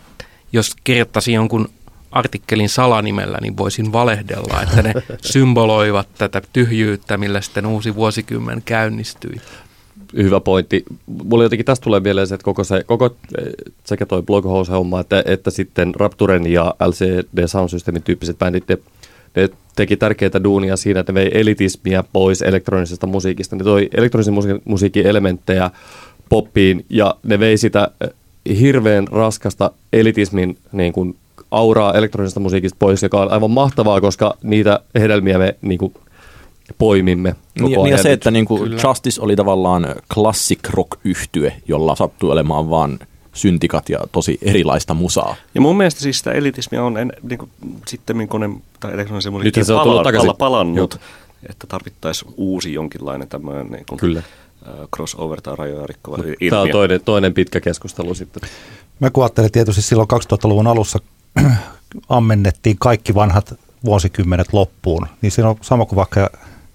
jos kirjoittaisin jonkun artikkelin salanimellä, niin voisin valehdella, että ne symboloivat tätä tyhjyyttä, millä sitten uusi vuosikymmen käynnistyi. Hyvä pointti. Mulla jotenkin tästä tulee mieleen se, että koko sekä toi Bloghouse-homma, että sitten Rapturen ja LCD Sound Systemin tyyppiset bändit, ne teki tärkeitä duunia siinä, että ne vei elitismiä pois elektronisesta musiikista. Ne toi elektronisen musiikin elementtejä poppiin ja ne vei sitä hirveän raskasta elitismin niin kuin auraa elektronisesta musiikista pois, joka on aivan mahtavaa, koska niitä hedelmiä me niin kuin poimimme koko ajan. Ja se, että niin kuin Justice oli tavallaan classic rock-yhtye, jolla sattui olemaan vaan syntikat ja tosi erilaista musaa. Ja mun mielestä siis sitä elitismia on niin kuin, sitten kone tai elektronisen musiikin palannut, että tarvittaisiin uusi jonkinlainen tämmöinen niin kuin crossover tai rajoja rikkova ilmiö. Tämä on toinen pitkä keskustelu sitten. Mä kun ajattelin tietysti silloin 2000-luvun alussa ammennettiin kaikki vanhat vuosikymmenet loppuun, niin siinä on sama kuin vaikka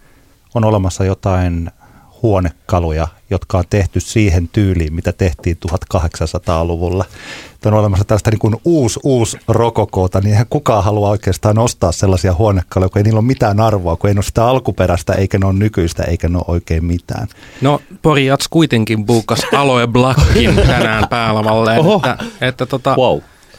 on olemassa jotain huonekaluja, jotka on tehty siihen tyyliin, mitä tehtiin 1800-luvulla. Että on olemassa tällaista niin kuin uusi rokokoota, niin eihän kukaan halua oikeastaan ostaa sellaisia huonekaluja, kun ei niillä ole mitään arvoa, kun ei ole sitä alkuperäistä, eikä ne ole nykyistä, eikä ne ole oikein mitään. No, Pori Jats kuitenkin buukas Aloe Blackin tänään päälavalle, että wow.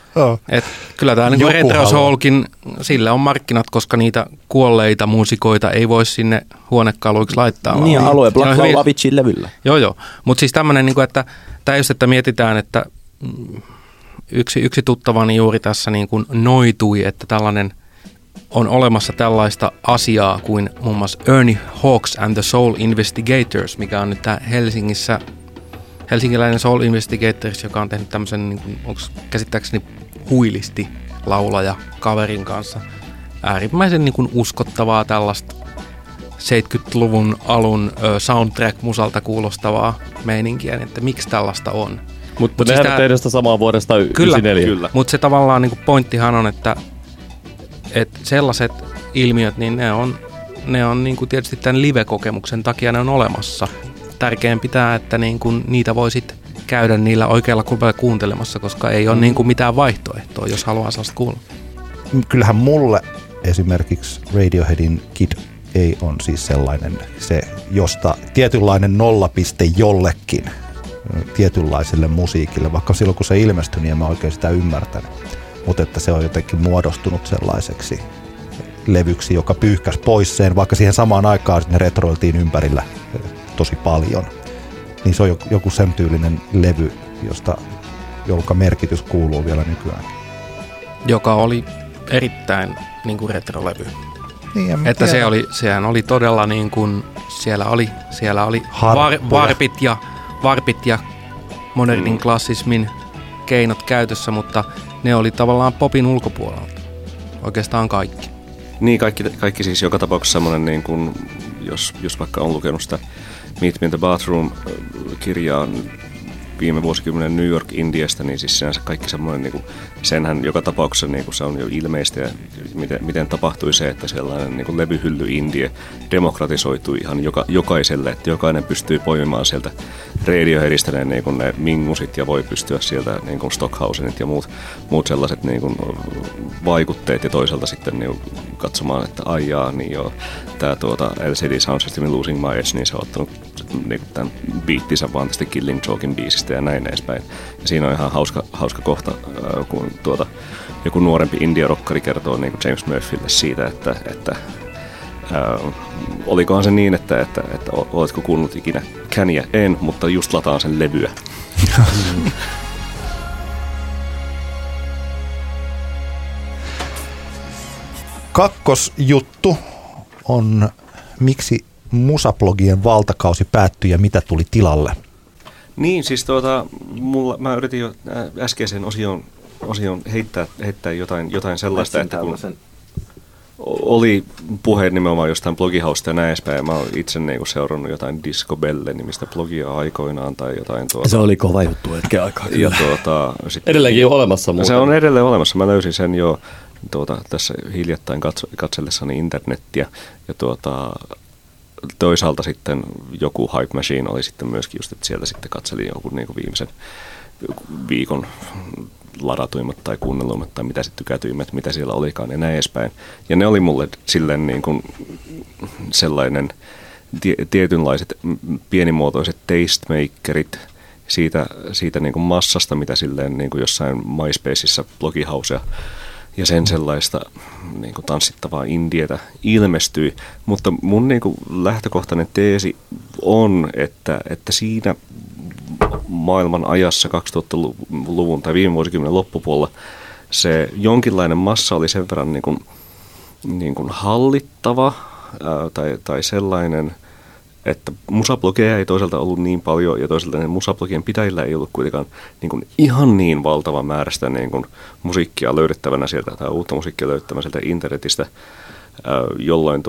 Et kyllä tämä niinku Retro Soulkin, sille on markkinat, koska niitä kuolleita muusikoita ei voi sinne huonekaluiksi laittaa. Niin, Aloe Black on Aviciin levyllä. Joo. Mutta siis tämmöinen, niinku, että tämä just, että mietitään, että yksi tuttavani juuri tässä niin kuin noitui, että tällainen on olemassa tällaista asiaa kuin muun muassa Ernie Hawks and the Soul Investigators, mikä on nyt tää helsinkiläinen Soul Investigators, joka on tehnyt tämmöisen, niin kuin, onko käsittääkseni huilisti laulaja kaverin kanssa. Äärimmäisen niin kuin uskottavaa tällaista 70-luvun alun soundtrack-musalta kuulostavaa meininkiä, että miksi tällaista on. Mutta nehän siis tehdään sitä samaa vuodesta 1994. Kyllä. Mutta se tavallaan niin kuin pointtihan on, että sellaiset ilmiöt, niin ne on niin kuin tietysti tämän live-kokemuksen takia ne on olemassa. Tärkein pitää, että niin kuin niitä voi sitten käydä niillä oikealla kulmalla kuuntelemassa, koska ei ole niin kuin mitään vaihtoehtoa, jos haluaa sellaista kuulla. Kyllähän mulle esimerkiksi Radioheadin Kid ei on siis sellainen, se josta tietynlainen nollapiste jollekin tietynlaiselle musiikille, vaikka silloin kun se ilmestyi, niin en mä oikein sitä ymmärtänyt. Mutta että se on jotenkin muodostunut sellaiseksi levyksi, joka pyyhkäsi pois sen, vaikka siihen samaan aikaan ne retroiltiin ympärillä tosi paljon. Niin se on joku sen tyylinen levy, jonka merkitys kuuluu vielä nykyään. Joka oli erittäin niin kuin retrolevy. Niin, että sehän oli todella niin kuin, siellä oli varpit ja modernin klassismin keinot käytössä, mutta ne oli tavallaan popin ulkopuolelta. Oikeastaan kaikki. Niin, kaikki siis joka tapauksessa semmoinen, niin kuin, jos vaikka on lukenut sitä Meet Me in the Bathroom-kirjaa viime vuosikymmenen New York Indiasta, niin siis sinänsä kaikki semmoinen, niin kuin, senhän joka tapauksessa niin kuin se on jo ilmeistä, ja miten tapahtui se, että sellainen niin kuin levyhylly Indie demokratisoitui ihan jokaiselle, että jokainen pystyy poimimaan sieltä Radioheadista niin kuin ne mingusit ja voi pystyä sieltä niin kuin Stockhausenit ja muut sellaiset niin kuin vaikutteet ja toisaalta sitten niin kuin katsomaan, että aijaa, niin joo, tämä LCD Sound Systemin Losing My Edge, niin se on ottanut niin kuin tämän biittinsä vaan tästä Killing Jokein biisistä ja näin edespäin. Ja siinä on ihan hauska kohta, kun joku nuorempi indie-rokkari kertoo niin kuin James Murphylle siitä, että olikohan se niin, että oletko kuunnellut ikinä Kanye? En, mutta just lataan sen levyä. Kakkosjuttu on, miksi musablogien valtakausi päättyi ja mitä tuli tilalle? Niin, siis mä yritin jo äskeiseen osioon heittää jotain sellaista, että kun oli puhe nimenomaan jostain blogihausta ja näin edespäin, ja mä oon itse niinku seurannut jotain Disco Belle-nimistä blogia aikoinaan tai jotain Se oli kova juttu hetken aikaa. Ja edelleenkin olemassa muuten. Se on edelleen olemassa. Mä löysin sen jo tässä hiljattain katsellessani internettiä, ja toisaalta sitten joku Hype Machine oli sitten myöskin just, että sieltä sitten katselin joku niinku viimeisen viikon ladatuimmat tai kuunnelluimmat tai mitä sitten tykätyimmät, mitä siellä olikaan ja näin edespäin. Ja ne oli mulle silleen niin kuin sellainen tietynlaiset pienimuotoiset tastemakerit siitä niin kuin massasta, mitä silleen niin kuin jossain MySpaceissa blogihausea ja sen sellaista niin kuin tanssittavaa indietä ilmestyi. Mutta mun niin kuin lähtökohtainen teesi on, että siinä maailman ajassa 2000-luvun tai viime vuosikymmenen loppupuolella se jonkinlainen massa oli sen verran niin kuin hallittava tai sellainen, että musablogeja ei toisaalta ollut niin paljon ja toisaalta ne musablogien pitäjillä ei ollut kuitenkaan niin kuin ihan niin valtava määrä sitä niin kuin musiikkia löydettävänä sieltä tai uutta musiikkia löydettävänä sieltä internetistä, jolloin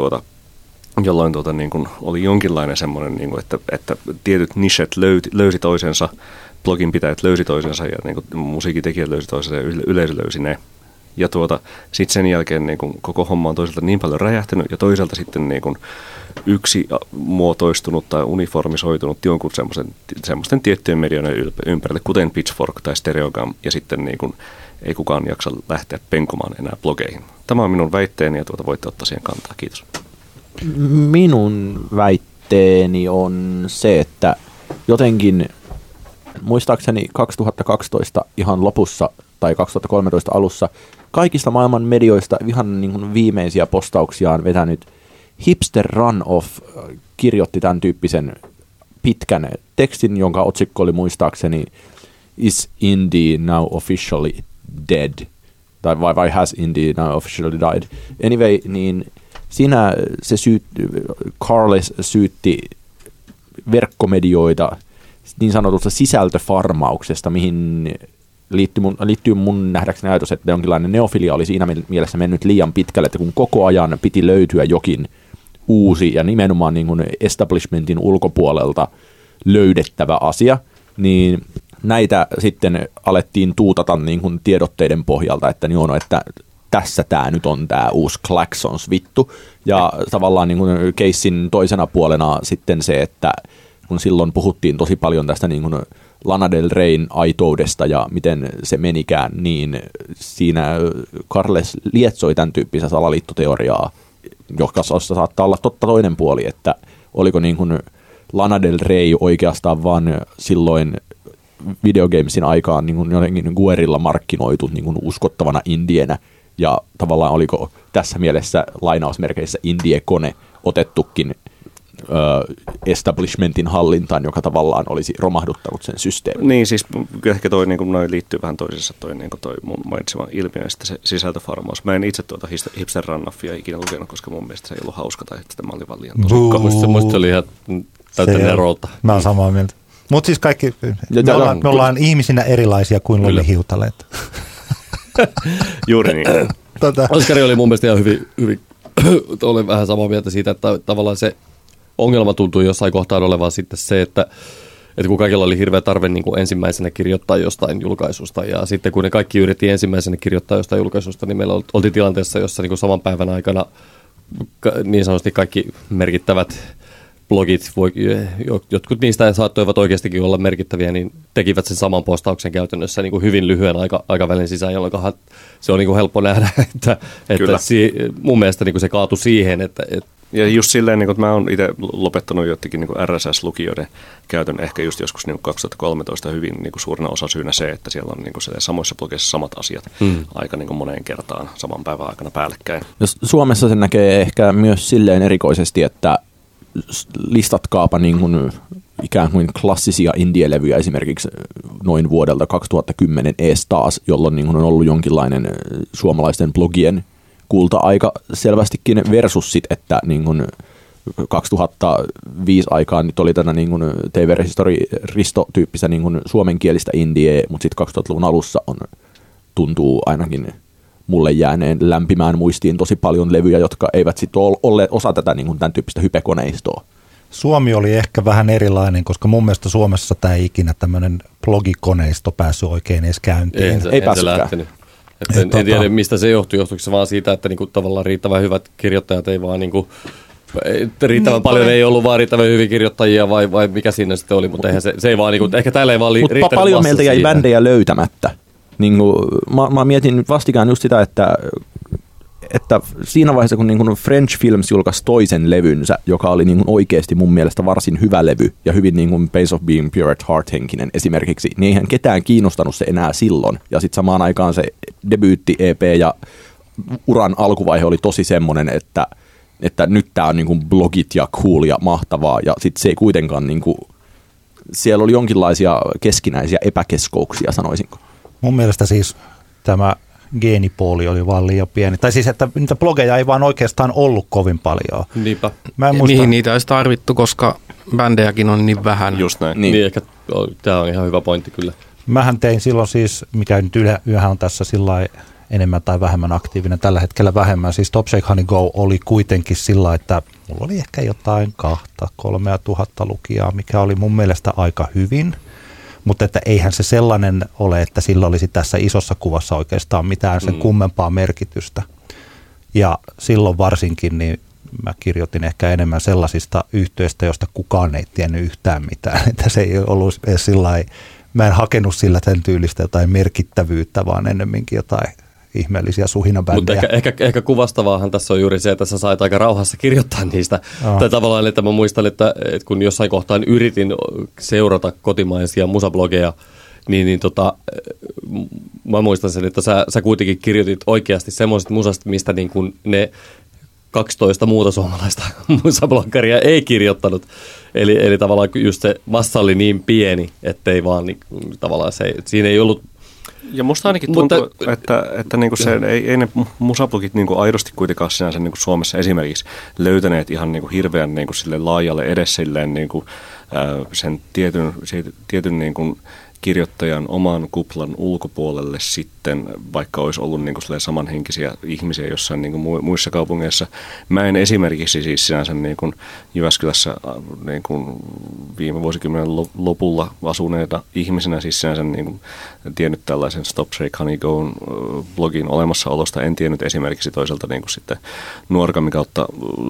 niin kuin oli jonkinlainen semmoinen, niin kuin, että tietyt nichet löysi toisensa, blogin pitäjät löysi toisensa ja niin kuin musiikitekijät löysi toisensa ja yleisö löysi ne. Ja sitten sen jälkeen niin kuin koko homma on toisaalta niin paljon räjähtänyt ja toisaalta sitten niin kuin yksi muotoistunut tai uniformisoitunut jonkun semmoisten tiettyjen medioiden ympärille, kuten Pitchfork tai Stereogam, ja sitten niin kuin ei kukaan jaksa lähteä penkomaan enää blogeihin. Tämä on minun väitteeni ja voitte ottaa siihen kantaa. Kiitos. Minun väitteeni on se, että jotenkin muistaakseni 2012 ihan lopussa tai 2013 alussa kaikista maailman medioista ihan niin kuin viimeisiä postauksiaan vetänyt Hipster Runoff kirjoitti tämän tyyppisen pitkän tekstin, jonka otsikko oli muistaakseni Is Indie Now Officially Dead? tai vai has indie now officially died. Anyway, niin siinä se Carles syytti verkkomedioita niin sanotusta sisältöfarmauksesta, mihin liittyy mun nähdäkseni ajatus, että jonkinlainen neofilia oli siinä mielessä mennyt liian pitkälle, että kun koko ajan piti löytyä jokin uusi ja nimenomaan niin kuin establishmentin ulkopuolelta löydettävä asia, niin näitä sitten alettiin tuutata niin kuin tiedotteiden pohjalta, että että tässä tämä nyt on tämä uusi Klaxons vittu. Ja tavallaan niin kuin keissin toisena puolena sitten se, että kun silloin puhuttiin tosi paljon tästä niin kuin Lana Del Reyn aitoudesta ja miten se menikään, niin siinä Carles lietsoi tämän tyyppistä salaliittoteoriaa, joka saattaa olla totta toinen puoli, että oliko niin kuin Lana Del Rey oikeastaan vaan silloin videogamesin aikaan niin kuin jotenkin Guerilla markkinoitu niin kuin uskottavana indienä, ja tavallaan oliko tässä mielessä lainausmerkeissä indie-kone otettukin establishmentin hallintaan, joka tavallaan olisi romahduttanut sen systeemin. Niin, siis ehkä toi niin noin liittyy vähän toisessa toi mun mainitsema ilmiö ja sitten se sisältöfarmaus. Mä en itse tuota Hipster Runoffia ikinä lukenut, koska mun mielestä se ei ollut hauska tai että mä olin vaan liian tosikka. Musta oli ihan täyttä nerolta. Mä oon samaa mieltä. Mutta siis kaikki, me ollaan ihmisinä erilaisia kuin lollihiutaleet. Juuri niin. Oskari oli mun mielestä ihan hyvin olen vähän samaa mieltä siitä, että tavallaan se ongelma tuntui jossain kohtaan olevan sitten se, että kun kaikilla oli hirveä tarve niin kuin ensimmäisenä kirjoittaa jostain julkaisusta, ja sitten kun ne kaikki yritti ensimmäisenä kirjoittaa jostain julkaisusta, niin meillä oltiin tilanteessa, jossa niin kuin saman päivän aikana niin sanotusti kaikki merkittävät blogit, jotkut niistä saattoivat oikeastikin olla merkittäviä, niin tekivät sen saman postauksen käytännössä niin kuin hyvin lyhyen aikavälin sisään, jolloin se on niin kuin helppo nähdä, että mun mielestä niin kuin se kaatui siihen, että ja just silleen, niin kuin, että mä oon itse lopettanut jotenkin niin RSS-lukijoiden käytön ehkä just joskus niin 2013 hyvin niin kuin suurena osa syynä se, että siellä on niin kuin samoissa blogeissa samat asiat aika niin kuin moneen kertaan saman päivän aikana päällekkäin. Suomessa se näkee ehkä myös silleen erikoisesti, että listatkaapa niin kuin ikään kuin klassisia indie-levyjä esimerkiksi noin vuodelta 2010 ees taas, jolloin niin kuin on ollut jonkinlainen suomalaisten blogien kulta-aika selvästikin versus sit, että niin kuin 2005 aikaan nyt oli tänä niin kuin TV-Risto-tyyppistä niin kuin suomenkielistä indie, mutta sitten 2000-luvun alussa tuntuu ainakin mulle jääneen lämpimään muistiin tosi paljon levyjä, jotka eivät sitten ole osa tätä niin kuin tämän tyyppistä hypekoneistoa. Suomi oli ehkä vähän erilainen, koska mun mielestä Suomessa tämä ei ikinä tämmöinen blogikoneisto päässyt oikein edes käyntiin. Ei päässytkään. En tiedä, mistä se johtui. Johtuiko se vaan siitä, että niinku tavallaan riittävän hyvät kirjoittajat ei vaan niinku, riittävän paljon ei ollut vaan riittävän hyviä kirjoittajia vai mikä siinä sitten oli, mutta eihän se ei vaan niinku, ehkä täällä ei vaan riittänyt. Mutta paljon meiltä jäi bändejä löytämättä. Niinku, mä mietin vastikään just sitä, että siinä vaiheessa, kun niin French Films julkaisi toisen levynsä, joka oli niin oikeasti mun mielestä varsin hyvä levy ja hyvin niin Pace of Being Pure at Heart-henkinen esimerkiksi, niin eihän ketään kiinnostanut se enää silloin. Ja sitten samaan aikaan se debyytti EP ja uran alkuvaihe oli tosi semmoinen, että nyt tää on niin blogit ja cool ja mahtavaa, ja sitten se ei kuitenkaan, niin kuin, siellä oli jonkinlaisia keskinäisiä epäkeskouksia, sanoisinko. Mun mielestä siis tämä geenipooli oli vaan liian pieni. Tai siis, että niitä blogeja ei vaan oikeastaan ollut kovin paljon. Niinpä. Mihin niitä olisi tarvittu, koska bändejäkin on niin vähän. Just näin. Niin ehkä tämä on ihan hyvä pointti kyllä. Mähän tein silloin siis, mikä nyt yhä on tässä sillai enemmän tai vähemmän aktiivinen, tällä hetkellä vähemmän. Siis Top Shake Honey Go oli kuitenkin sillä, että mulla oli ehkä jotain 2-3 tuhatta lukijaa, mikä oli mun mielestä aika hyvin. Mutta että eihän se sellainen ole, että sillä olisi tässä isossa kuvassa oikeastaan mitään sen kummempaa merkitystä. Ja silloin varsinkin niin mä kirjoitin ehkä enemmän sellaisista yhtyeistä, joista kukaan ei tiennyt yhtään mitään. Että se ei ollut edes sillai, mä en hakenut sillä sen tyylistä jotain merkittävyyttä, vaan ennemminkin jotain ihmeellisiä suhinabändejä. Mutta ehkä kuvastavaahan tässä on juuri se, että sä sait aika rauhassa kirjoittaa niistä. Tai tavallaan, että mä muistan, että kun jossain kohtaan yritin seurata kotimaisia musablogeja, niin mä muistan sen, että sä kuitenkin kirjoitit oikeasti semmoiset musasta, mistä niin kuin ne 12 muuta suomalaista musabloggaria ei kirjoittanut. Eli tavallaan just se massa oli niin pieni, ettei vaan niin, tavallaan siinä ei ollut Ja musta ainakin tuntuu, että niinku se, ei ne musablogit niinku aidosti kuitenkaan sinänsä niinku Suomessa esimerkiksi löytäneet ihan niinku hirveän niinku sille laajalle edes silleen niinku, sen tietyn niinku kirjoittajan oman kuplan ulkopuolelle sitten, vaikka olisi ollut niin kuin samanhenkisiä ihmisiä jossain niin kuin muissa kaupungeissa. Mä en esimerkiksi siis sinänsä niin kuin Jyväskylässä niin kuin viime vuosikymmenen lopulla asuneena ihmisenä siis sinänsä niin kuin tiennyt tällaisen Stop Shake Honey Go blogin olemassaolosta. En tiennyt esimerkiksi toisaalta niin kuin sitten Nuorgamin kautta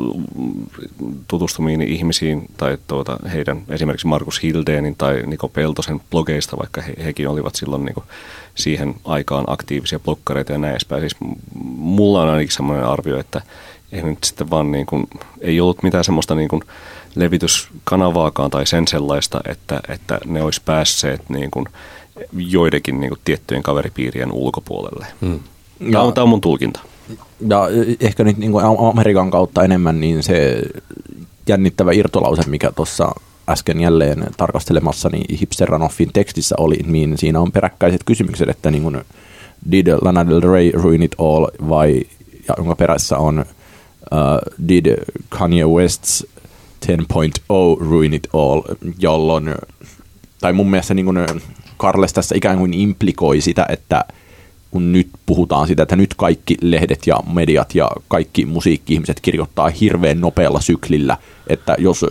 tutustumiin ihmisiin tai heidän esimerkiksi Markus Hildénin tai Niko Peltosen blogeista, vaikka hekin olivat silloin niin kuin siihen aikaan aktiivisia bloggareita ja näin edespäin. Siis mulla on ainakin semmoinen arvio, että ei nyt sitten vaan niin kuin, ei ollut mitään semmoista niin kuin levityskanavaakaan tai sen sellaista, että ne olisi päässeet niin kuin joidenkin niin kuin tiettyjen kaveripiirien ulkopuolelle. Tämä on mun tulkinta. Ja ehkä nyt niin kuin Amerikan kautta enemmän niin se jännittävä irtolause, mikä tuossa äsken jälleen tarkastelemassa Hipster Runoffin tekstissä oli, niin siinä on peräkkäiset kysymykset, että niin kuin, did Lana Del Rey ruin it all, vai jonka perässä on did Kanye West's 10.0 ruin it all, jolloin, tai mun mielestä niin kuin Carles tässä ikään kuin implikoi sitä, että kun nyt puhutaan sitä, että nyt kaikki lehdet ja mediat ja kaikki musiikki-ihmiset kirjoittaa hirveän nopealla syklillä, että jos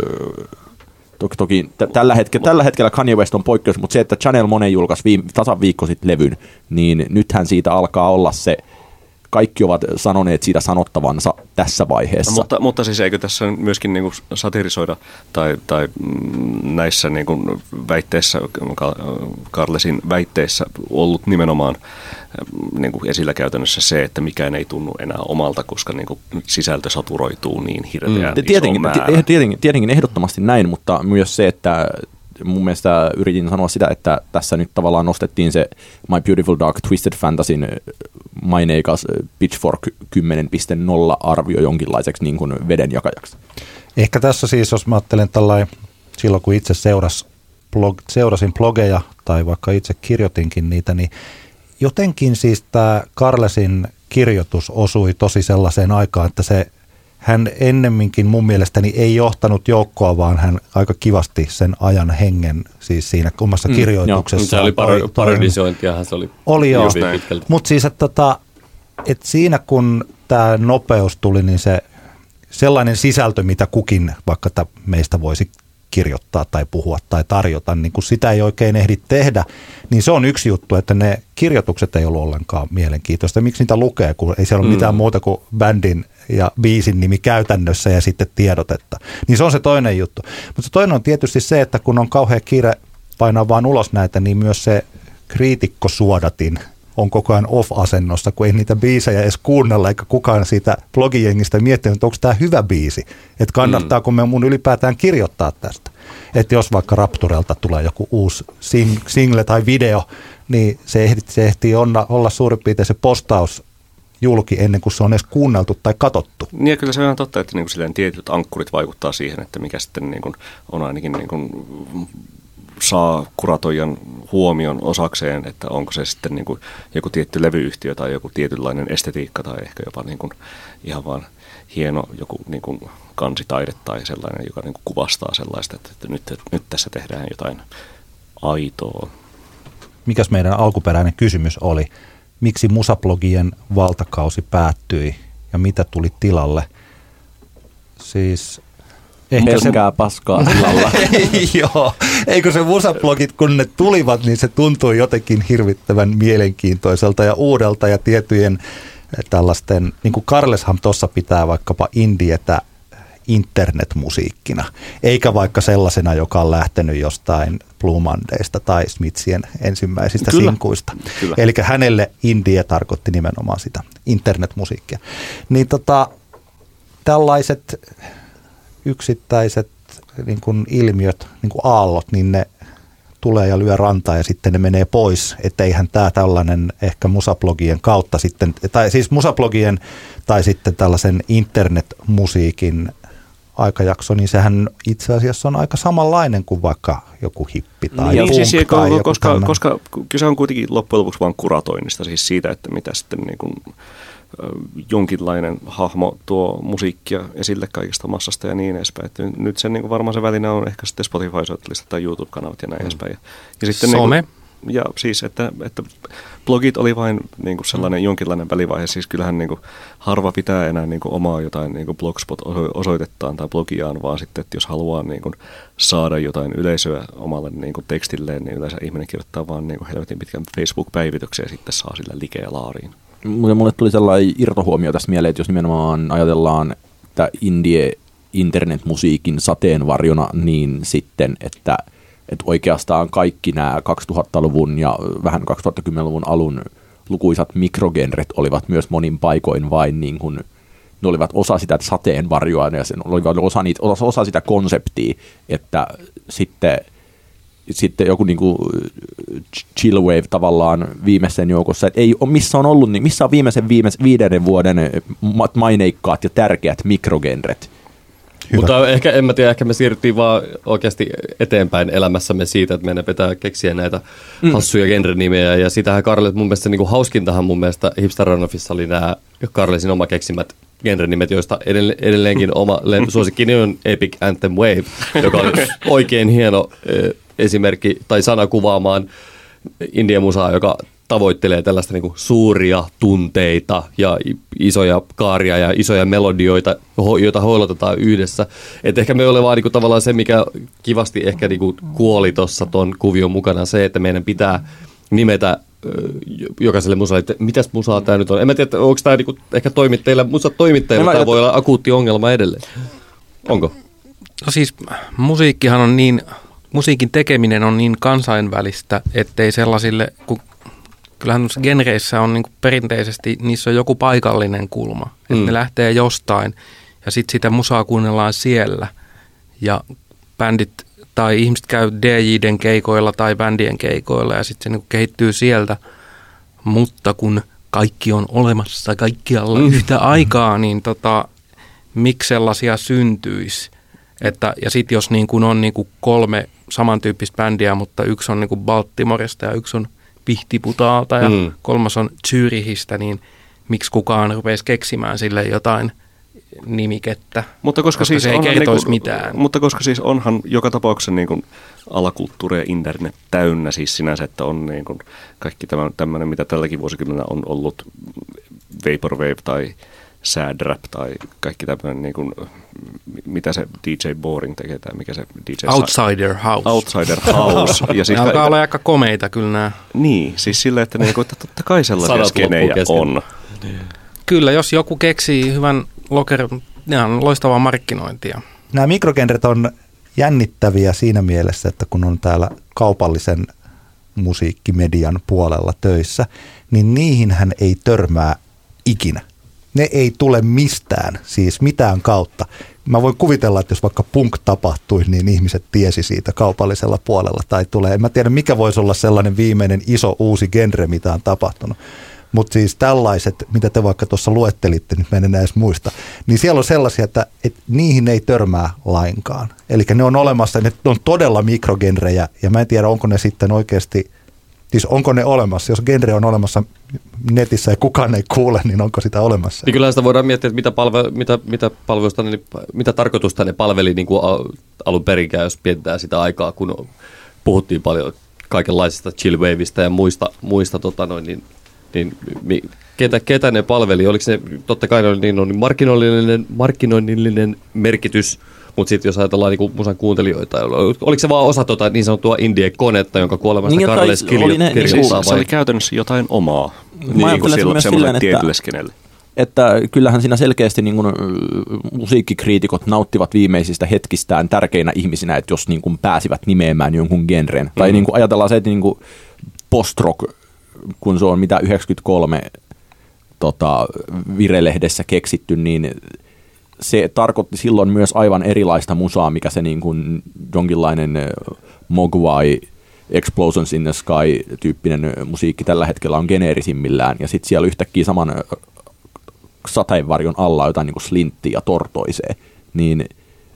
toki tällä hetkellä Kanye West on poikkeus, mutta se, että Chanel Monáe julkaisi tasan viikko sitten levyn, niin nythän siitä alkaa olla se, kaikki ovat sanoneet siitä sanottavansa tässä vaiheessa. Mutta siis eikö tässä myöskin niinku satirisoida tai näissä niinku väitteissä, Carlesin väitteissä ollut nimenomaan niinku esillä käytännössä se, että mikään ei tunnu enää omalta, koska niinku sisältö saturoituu niin hirveän iso määrä. Tietenkin ehdottomasti näin, mutta myös se, että mun mielestä yritin sanoa sitä, että tässä nyt tavallaan nostettiin se My Beautiful Dark Twisted Fantasyn maineikas Pitchfork 10.0 arvio jonkinlaiseksi niin kuin vedenjakajaksi. Ehkä tässä siis, jos mä ajattelen tällainen, silloin kun itse seurasin blogeja tai vaikka itse kirjoitinkin niitä, niin jotenkin siis tämä Carlesin kirjoitus osui tosi sellaiseen aikaan, että hän ennemminkin mun mielestäni ei johtanut joukkoa, vaan hän aika kivasti sen ajan hengen siis siinä kummassa kirjoituksessa. Se oli parodisointiahan se oli. Oli joo, mutta siis että siinä kun tämä nopeus tuli, niin se sellainen sisältö, mitä kukin vaikka meistä voisi kirjoittaa tai puhua tai tarjota, niin kun sitä ei oikein ehdi tehdä, niin se on yksi juttu, että ne kirjoitukset ei ollut ollenkaan mielenkiintoista. Miksi niitä lukee, kun ei siellä ole mitään muuta kuin bändin ja biisin nimi käytännössä ja sitten tiedotetta. Niin se on se toinen juttu. Mutta se toinen on tietysti se, että kun on kauhean kiire painaa vaan ulos näitä, niin myös se kriitikkosuodatin on koko ajan off-asennossa, kun ei niitä biisejä edes kuunnella, eikä kukaan siitä blogijengistä miettinyt, että onko tämä hyvä biisi, että kannattaako mun ylipäätään kirjoittaa tästä. Että jos vaikka Rapturelta tulee joku uusi single tai video, niin se ehtii olla suurin piirtein se postaus julki ennen kuin se on edes kuunneltu tai katsottu. Niin ja kyllä se on totta, että niin tietyt ankkurit vaikuttaa siihen, että mikä sitten niin kuin on ainakin niin kuin saa kuratoijan huomion osakseen, että onko se sitten niin kuin joku tietty levyyhtiö tai joku tietynlainen estetiikka tai ehkä jopa niin kuin ihan vaan hieno joku niin kuin kansitaide tai sellainen, joka niin kuin kuvastaa sellaista, että nyt tässä tehdään jotain aitoa. Mikäs meidän alkuperäinen kysymys oli? Miksi musablogien valtakausi päättyi ja mitä tuli tilalle? Siis pelkkää paskaa tilalla. Joo, eikö se musablogit, kun ne tulivat, niin se tuntui jotenkin hirvittävän mielenkiintoiselta ja uudelta ja tiettyjen tällaisten, niin kuin Carleshan tuossa pitää vaikkapa indietä internetmusiikkina, eikä vaikka sellaisena, joka on lähtenyt jostain Blue Mondaysta tai Smithsien ensimmäisistä sinkuista. Eli hänelle indie tarkoitti nimenomaan sitä internetmusiikkia. Niin tällaiset yksittäiset niin kuin ilmiöt, niin kuin aallot, niin ne tulee ja lyö rantaa ja sitten ne menee pois, että eihän tämä tällainen ehkä musablogien kautta sitten, tai siis musablogien tai sitten tällaisen internetmusiikin aikajakso, niin sehän itse asiassa on aika samanlainen kuin vaikka joku hippi tai niin, punk siis, tai joku koska kyse on kuitenkin loppujen lopuksi vain kuratoinnista, siis siitä, että mitä sitten niin kuin, jonkinlainen hahmo tuo musiikkia esille kaikista massasta ja niin edespäin. Että nyt sen niin kuin varmaan se väline on ehkä sitten Spotify-soittelista tai YouTube-kanavat ja näin edespäin. Ja sitten some. Niin kuin, ja siis, että blogit oli vain niin kuin sellainen jonkinlainen välivaihe. Siis kyllähän niin kuin, harva pitää enää niin kuin, omaa jotain niin kuin Blogspot-osoitettaan tai blogiaan, vaan sitten, että jos haluaa niin kuin, saada jotain yleisöä omalle niin kuin, tekstilleen, niin yleensä ihminen kirjoittaa vaan niin kuin, helvetin pitkän Facebook-päivityksen ja sitten saa sillä likeä laariin. Mulle tuli sellainen irtohuomio tässä mieleen, että jos nimenomaan ajatellaan että internetmusiikin sateenvarjona, niin sitten, että oikeastaan kaikki nämä 2000-luvun ja vähän 2010-luvun alun lukuisat mikrogenret olivat myös monin paikoin vain niin kuin, ne olivat osa sitä sateenvarjoa ja sen olivat osa sitä konseptia, että sitten joku niinku chillwave tavallaan viimeisen joukossa, että ei ole missä on ollut, niin missä on viimeisen 5 vuoden maineikkaat ja tärkeät mikrogenret. Hyvä. Mutta ehkä me siirryttiin vaan oikeasti eteenpäin elämässämme siitä, että meidän pitää keksiä näitä hassuja genrenimejä. Ja sitähän Karle, mun mielestä niin kuin hauskintahan mun mielestä Hipster Runoffissa oli nämä Karlesin oma keksimät genrenimet, joista edelleenkin oma suosikkini on Epic Anthem Wave, joka on oikein hieno esimerkki tai sana kuvaamaan indie-musaa, joka tavoittelee tällaista niin kuin suuria tunteita ja isoja kaaria ja isoja melodioita, joita hoilotetaan yhdessä. Et ehkä me ole vaan niin kuin tavallaan se, mikä kivasti ehkä niin kuin kuoli tuossa ton kuvion mukana, se, että meidän pitää nimetä jokaiselle musalle, että mitäs musaa tämä nyt on. En mä tiedä, onko tämä niin kuin ehkä musatoimittajilla tämä voi olla akuutti ongelma edelleen. Onko? No siis musiikkihan on niin, musiikin tekeminen on niin kansainvälistä, ettei sellaisille, kun kyllähän genreissä on niin kuin perinteisesti, niissä on joku paikallinen kulma. Että ne lähtee jostain ja sitten sitä musaa kuunnellaan siellä. Ja bändit tai ihmiset käy DJ:den keikoilla tai bändien keikoilla ja sitten se niin kuin kehittyy sieltä. Mutta kun kaikki on olemassa kaikkialla yhtä aikaa, niin miksi sellaisia syntyisi? Ja sitten jos niin kuin on niin kuin 3 samantyyppistä bändiä, mutta yksi on niin kuin Baltimoresta ja yksi on Pihtiputaalta ja 3 on Zürichistä, niin miksi kukaan rupeisi keksimään sille jotain nimikettä, mutta koska siis se ei kertoisi mitään. Mutta koska siis onhan joka tapauksessa niin kuin alakulttuuri ja internet täynnä siis sinänsä, että on niin kuin kaikki tämmöinen, mitä tälläkin vuosikymmenellä on ollut vaporwave tai sad rap tai kaikki tämmöinen, niin kuin, mitä se DJ Boring tekee tai mikä se DJ... Outsider House. Outsider House. Ja siis alkaa olla aika komeita kyllä nämä. Niin, siis silleen, että, niin kuin, että totta kai sellaisia skenejä on. Kyllä, jos joku keksii hyvän lokeron, ne on loistavaa markkinointia. Nämä mikrogenret on jännittäviä siinä mielessä, että kun on täällä kaupallisen musiikkimedian puolella töissä, niin niihinhän ei törmää ikinä. Ne ei tule mistään, siis mitään kautta. Mä voin kuvitella, että jos vaikka punk tapahtui, niin ihmiset tiesi siitä kaupallisella puolella tai tulee. En mä tiedä, mikä voisi olla sellainen viimeinen iso uusi genre, mitä on tapahtunut. Mutta siis tällaiset, mitä te vaikka tuossa luettelitte, nyt mä en enää edes muista, niin siellä on sellaisia, että niihin ei törmää lainkaan. Eli ne on olemassa, ne on todella mikrogenrejä ja mä en tiedä, onko ne sitten oikeasti, siis onko ne olemassa, jos genre on olemassa netissä ja kukaan ei kuule, niin onko sitä olemassa? Niin kyllä sitä voidaan miettiä, että mitä tarkoitusta ne palveli niin kuin alun perinkään, jos mietitään sitä aikaa, kun puhuttiin paljon kaikenlaisista chillwaveista ja muista ketä ne palveli? Oliko se, totta kai niin on markkinoinnillinen merkitys, mutta sitten jos ajatellaan niin musan kuuntelijoita, oliko se vaan osa niin sanottua indie-konetta, jonka kuolemasta niin, Karles kirjoittaa? Se oli käytännössä jotain omaa, niin kuin semmoiselle tietylle skenelle. Että kyllähän siinä selkeästi niin kuin musiikkikriitikot nauttivat viimeisistä hetkistään tärkeinä ihmisinä, että jos niin kuin pääsivät nimeämään jonkun genren. Tai niin kuin ajatellaan se, että niin kuin post-rock, kun se on mitä 93 Vire-lehdessä keksitty, niin se tarkoitti silloin myös aivan erilaista musaa, mikä se niin kuin jonkinlainen Mogwai, Explosions in the Sky-tyyppinen musiikki tällä hetkellä on geneerisimmillään. Ja sitten siellä yhtäkkiä saman sateenvarjon alla jotain niin kuin slinttiä ja tortoisee. Niin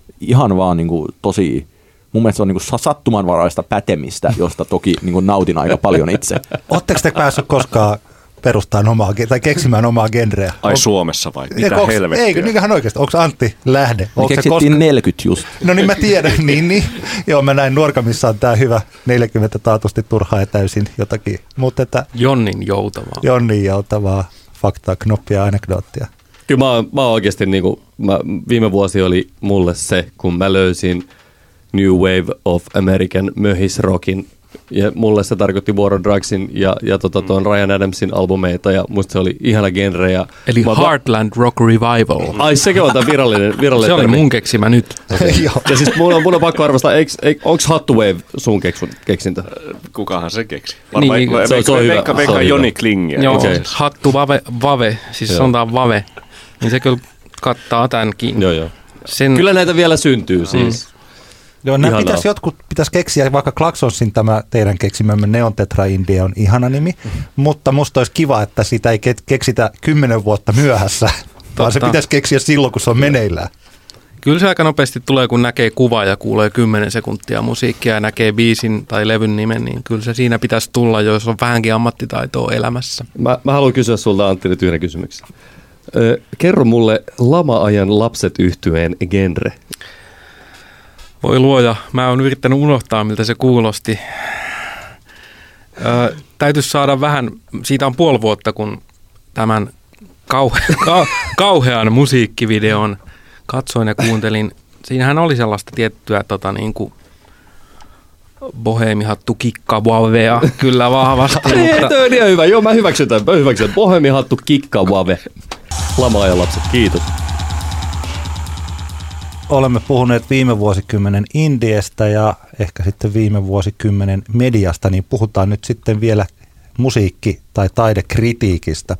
ihan vaan niin kuin tosi, mun mielestä se on niin kuin sattumanvaraista pätemistä, josta toki niin kuin nautin aika paljon itse. Oletteko te päässyt koskaan perustamaan omaa, tai keksimään omaa genreä? Ai Suomessa vai? Mitä helvettiä? Eikö, niinköhän oikeasti? Onko Antti lähde? Me keksittiin 40 just. No niin mä tiedän, niin. Joo, mä näin Nuorgamissa on tää hyvä 40 taatusti turhaa ja täysin jotakin. Mutta että Jonnin joutavaa faktaa, knoppia ja anekdoottia. Kyllä mä oikeasti niinku, viime vuosi oli mulle se, kun mä löysin New Wave of American möhisrockin. Ja mulle se tarkoitti War on Drugsin ja tuon Ryan Adamsin albumeita ja musta se oli ihana genre. Eli Heartland Rock Revival. Ai sekin on tämä virallinen se oli mun keksimä nyt. Ja siis mun on pakko arvostaa, onko Hattu Wave sun keksintä? Kukahan se keksi? Niin, se on hyvä. Veikka Joni Klingiä. Joo, Hattu Vave, siis sanotaan Vave. Niin se kyllä kattaa tämänkin. Joo. Kyllä näitä vielä syntyy siis. Joo, pitäisi keksiä, vaikka Klaxonsin tämä teidän keksimämme Neon Tetra India on ihana nimi, mutta musta olisi kiva, että sitä ei keksitä 10 vuotta myöhässä, vaan se pitäisi keksiä silloin, kun se on meneillään. Kyllä se aika nopeasti tulee, kun näkee kuvaa ja kuulee 10 sekuntia musiikkia ja näkee biisin tai levyn nimen, niin kyllä se siinä pitäisi tulla, jos on vähänkin ammattitaitoa elämässä. Mä haluan kysyä sulta, Antti, nyt yhden kysymyksen. Kerro mulle lama-ajan lapset -yhtyeen genre. Voi luoja, mä oon yrittänyt unohtaa, miltä se kuulosti. Täytyisi saada vähän, siitä on puoli vuotta, kun tämän kauhean musiikkivideon katsoin ja kuuntelin. Siinähän oli sellaista tiettyä niin kuin boheemihattu kikkavavea kyllä vahvasti. Mutta on ihan hyvä, joo mä hyväksyn tämän. Boheemihattu kikkavave. Lama-ajan lapset, kiitos. Olemme puhuneet viime vuosikymmenen indiestä ja ehkä sitten viime vuosikymmenen mediasta, niin puhutaan nyt sitten vielä musiikki- tai taidekritiikistä.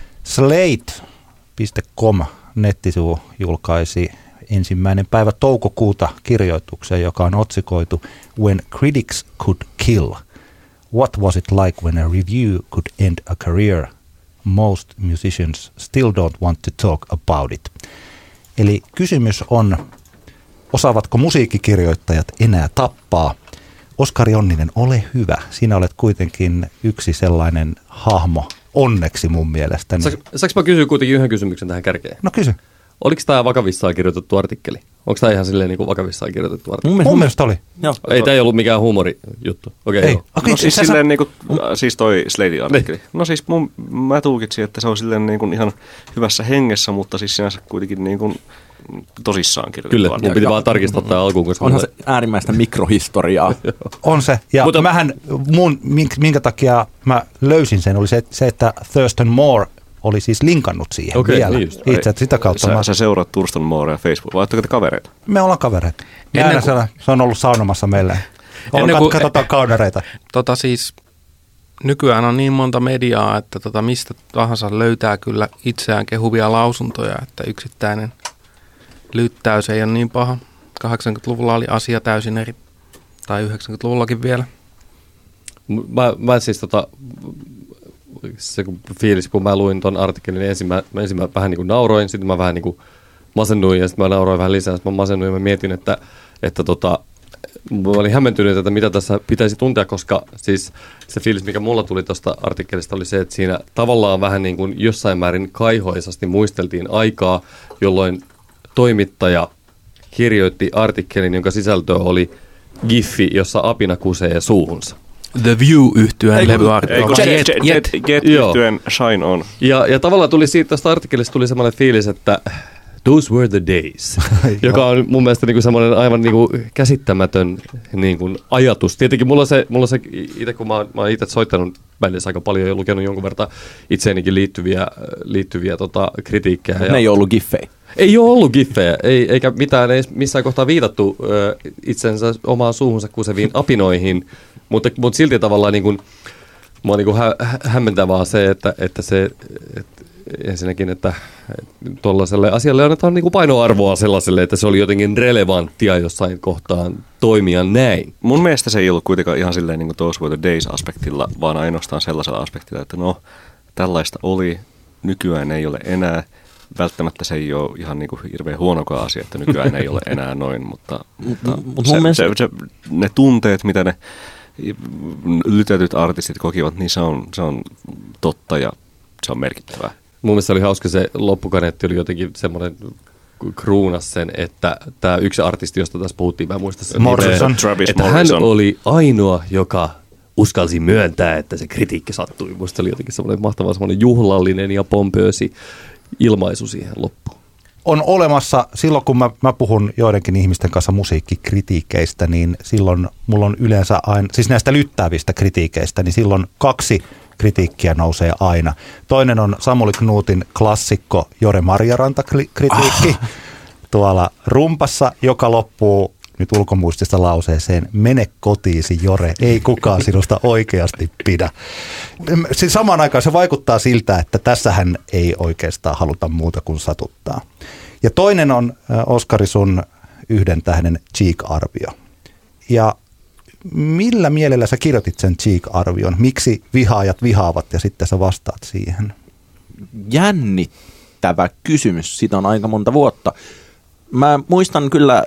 Slate.com nettisivu julkaisi 1. päivä toukokuuta kirjoituksen, joka on otsikoitu When Critics Could Kill. What was it like when a review could end a career? Most musicians still don't want to talk about it. Eli kysymys on, osaavatko musiikkikirjoittajat enää tappaa? Oskari Onninen, ole hyvä. Sinä olet kuitenkin yksi sellainen hahmo, onneksi mun mielestäni. Saanko mä kysyä kuitenkin yhden kysymyksen tähän kärkeen? No kysy. Oliko tämä vakavissaan kirjoitettu artikkeli? Onko tämä ihan silleen niin kuin vakavissaan kirjoitettu artikkeli? Mun mielestä oli. Joo. Ei tämä ei ollut mikään huumorijuttu. Okei, ei. Joo. No siis silleen niin kuin, siis toi Slatein artikkeli. No siis mä tulkitsin, että se on silleen niin kuin ihan hyvässä hengessä, mutta siis sinänsä kuitenkin niin kuin tosissaan kirjoitettu. Kyllä, mun piti vaan tarkistaa tämä alkuun. Koska onhan se äärimmäistä mikrohistoriaa. On se. Ja mutta minkä takia mä löysin sen, oli se että Thurston Moore oli siis linkannut siihen vielä. Niin itse, sitä kautta sä seuraat Thurston Moorea Facebook, vai oletteko te kavereita? Me ollaan kavereita. Se on ollut saunomassa meille. Katsotaan kaunereita. Siis nykyään on niin monta mediaa, että mistä tahansa löytää kyllä itseään kehuvia lausuntoja, että yksittäinen lyttäys ei ole niin paha. 80-luvulla oli asia täysin eri, tai 90-luvullakin vielä. Mä siis se fiilis, kun mä luin ton artikkelin, niin ensin mä vähän niin kuin nauroin, sitten mä vähän niin kuin masennuin ja sitten mä nauroin vähän lisää, sitten mä masennuin ja mä mietin, että mä olin hämmentynyt, että mitä tässä pitäisi tuntea, koska siis se fiilis, mikä mulla tuli tuosta artikkelista oli se, että siinä tavallaan vähän niin kuin jossain määrin kaihoisasti muisteltiin aikaa, jolloin toimittaja kirjoitti artikkelin, jonka sisältö oli giffi, jossa apina kusee suuhunsa. The View-yhtyeen levyartikkeli. Jet-yhtyeen Shine On. Ja tavallaan tuli tästä artikkelista tuli semmoinen fiilis, että those were the days, joka on mun mielestä niinku semmoinen aivan niinku käsittämätön niinku ajatus. Tietenkin mulla on se itse kun mä oon itse soittanut bändissä aika paljon ja lukenut jonkun verran itseenikin liittyviä kritiikkejä. Ne ei ollut giffejä. Ei ole ollut giffejä, eikä mitään ei missään kohtaa viitattu itsensä omaan suuhunsa kuseviin apinoihin, mutta silti tavallaan niin kuin, mä oon niin kuin hämmentävää se, että ensinnäkin, että tuollaiselle asialle annetaan niin kuin painoarvoa sellaiselle, että se oli jotenkin relevanttia jossain kohtaan toimia näin. Mun mielestä se ei ollut kuitenkaan ihan silleen niin kuin Those Were the Days-aspektilla, vaan ainoastaan sellaisella aspektilla, että no tällaista oli, nykyään ei ole enää. välttämättä se ei ole ihan niin kuin hirveän huonokaan asia, että nykyään ei ole enää noin, mutta ne tunteet, mitä ne lytätyt artistit kokivat, niin se on totta ja se on merkittävää. Mun mielestä oli hauska se loppukaneetti, oli jotenkin semmoinen kruunas sen, että tämä yksi artisti, josta tässä puhuttiin, mä en muista sen Morrison. Että hän oli ainoa, joka uskalsi myöntää, että se kritiikki sattui. Musta oli jotenkin semmoinen mahtava, semmoinen juhlallinen ja pompöösi ilmaisu siihen loppuun. On olemassa, silloin kun mä puhun joidenkin ihmisten kanssa musiikkikritiikeistä, niin silloin mulla on yleensä aina, siis näistä lyttäävistä kritiikeistä, niin silloin 2 kritiikkiä nousee aina. Toinen on Samuli Knutin klassikko Jore Marjaranta-kritiikki tuolla rumpassa, joka loppuu nyt ulkomuistista lauseeseen, mene kotiisi Jore, ei kukaan sinusta oikeasti pidä. Siis samaan aikaan se vaikuttaa siltä, että tässähän ei oikeastaan haluta muuta kuin satuttaa. Ja toinen on Oskari sun 1 tähden Cheek-arvio. Ja millä mielellä sä kirjoitit sen Cheek-arvion? Miksi vihaajat vihaavat ja sitten sä vastaat siihen? Jännittävä kysymys, siitä on aika monta vuotta. Mä muistan kyllä,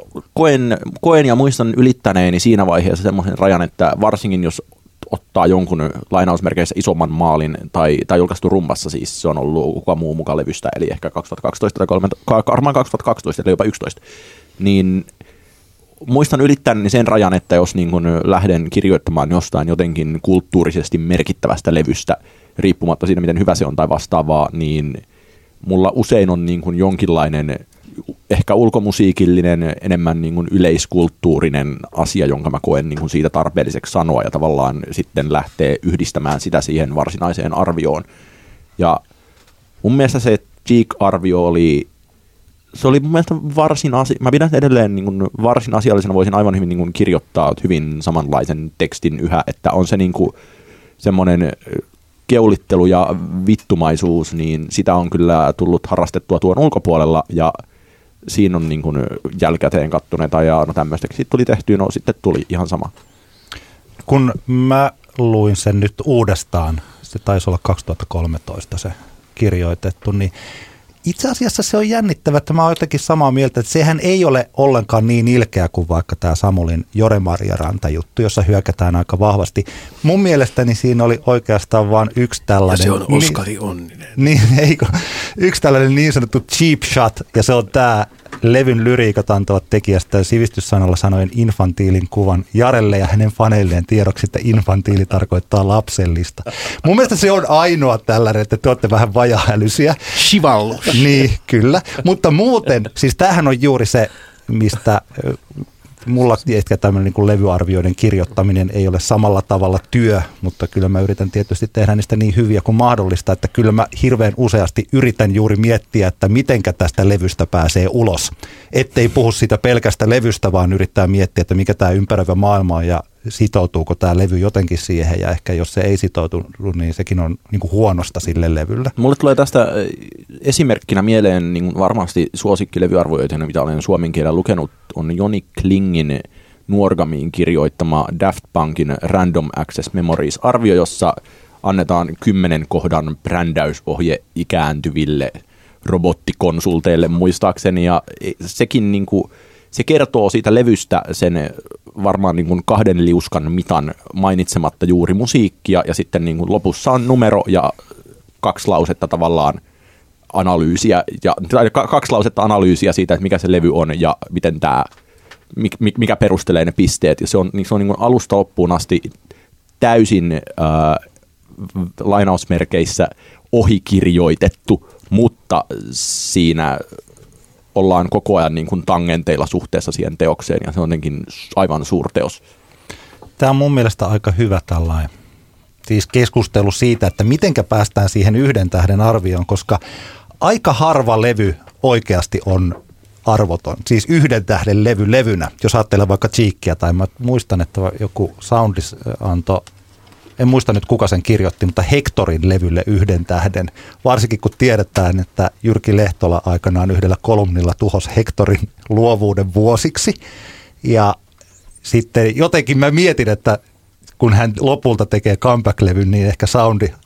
koen ja muistan ylittäneeni siinä vaiheessa semmoisen rajan, että varsinkin jos ottaa jonkun lainausmerkeissä isomman maalin tai julkaistu rumpassa, siis se on ollut kuka muu mukaan levystä, eli ehkä 2012 tai varmaan 2012 eli jopa 11, niin muistan ylittäneeni sen rajan, että jos niin kun lähden kirjoittamaan jostain jotenkin kulttuurisesti merkittävästä levystä, riippumatta siitä, miten hyvä se on tai vastaavaa, niin mulla usein on niin kun jonkinlainen ehkä ulkomusiikillinen, enemmän niin kuin yleiskulttuurinen asia, jonka mä koen niin kuin siitä tarpeelliseksi sanoa ja tavallaan sitten lähtee yhdistämään sitä siihen varsinaiseen arvioon. Ja mun mielestä se Cheek-arvio oli mun mielestä mä pidän edelleen niin kuin varsin asiallisena, voisin aivan hyvin niin kuin kirjoittaa hyvin samanlaisen tekstin yhä, että on se niin kuin semmoinen keulittelu ja vittumaisuus, niin sitä on kyllä tullut harrastettua tuon ulkopuolella ja siinä on niin kuin jälkikäteen kattuneita ja no tämmöistäkin sitten tuli tehtyä, no sitten tuli ihan sama. Kun mä luin sen nyt uudestaan, se taisi olla 2013 se kirjoitettu, niin itse asiassa se on jännittävä, että mä oon jotenkin samaa mieltä, että sehän ei ole ollenkaan niin ilkeä kuin vaikka tämä Samulin Jore Marjaranta-juttu, jossa hyökätään aika vahvasti. Mun mielestäni siinä oli oikeastaan vain yksi tällainen... Ja se on Oskari Onninen. Yksi tällainen niin sanottu cheap shot, ja se on tämä levyn lyriikat antavat tekijästä sivistyssanalla sanoen infantiilin kuvan Jarelle ja hänen faneilleen tiedoksi, että infantiili tarkoittaa lapsellista. Mun mielestä se on ainoa tällainen, että te olette vähän vajahälyisiä. Shivallus. Niin, kyllä. Mutta muuten, siis tämähän on juuri se, mistä mulla ehkä tämmöinen niin kuin levyarvioiden kirjoittaminen ei ole samalla tavalla työ, mutta kyllä mä yritän tietysti tehdä niistä niin hyviä kuin mahdollista, että kyllä mä hirveän useasti yritän juuri miettiä, että mitenkä tästä levystä pääsee ulos. Ettei puhu siitä pelkästä levystä, vaan yrittää miettiä, että mikä tämä ympäröivä maailma on ja sitoutuuko tämä levy jotenkin siihen, ja ehkä jos se ei sitoutu, niin sekin on niin kuin huonosta sille levylle. Mulle tulee tästä esimerkkinä mieleen niin varmasti suosikkilevyarvioita, mitä olen suomen kielellä lukenut, on Joni Klingin Nuorgamiin kirjoittama Daft Punkin Random Access Memories-arvio, jossa annetaan 10 kohdan brändäysohje ikääntyville robottikonsulteille muistaakseni, ja sekin niin kuin se kertoo siitä levystä sen varmaan niin kuin 2 liuskan mitan mainitsematta juuri musiikkia ja sitten niin kuin lopussa on numero ja 2 lausetta tavallaan analyysiä, tai 2 lausetta analyysiä siitä, että mikä se levy on ja miten mikä perustelee ne pisteet. Ja se on niin kuin alusta loppuun asti täysin lainausmerkeissä ohikirjoitettu, mutta siinä ollaan koko ajan niin kuin tangenteilla suhteessa siihen teokseen, ja se on jotenkin aivan suurteos. Tämä on mun mielestä aika hyvä tällainen siis keskustelu siitä, että mitenkä päästään siihen 1 tähden arvioon, koska aika harva levy oikeasti on arvoton. Siis 1 tähden levy levynä, jos ajattelee vaikka Cheekia, tai mä muistan, että joku Soundis antoi, en muista nyt kuka sen kirjoitti, mutta Hectorin levylle 1 tähden. Varsinkin kun tiedetään, että Jyrki Lehtola aikanaan yhdellä kolumnilla tuhosi Hectorin luovuuden vuosiksi. Ja sitten jotenkin mä mietin, että kun hän lopulta tekee comeback-levyn, niin ehkä Soundi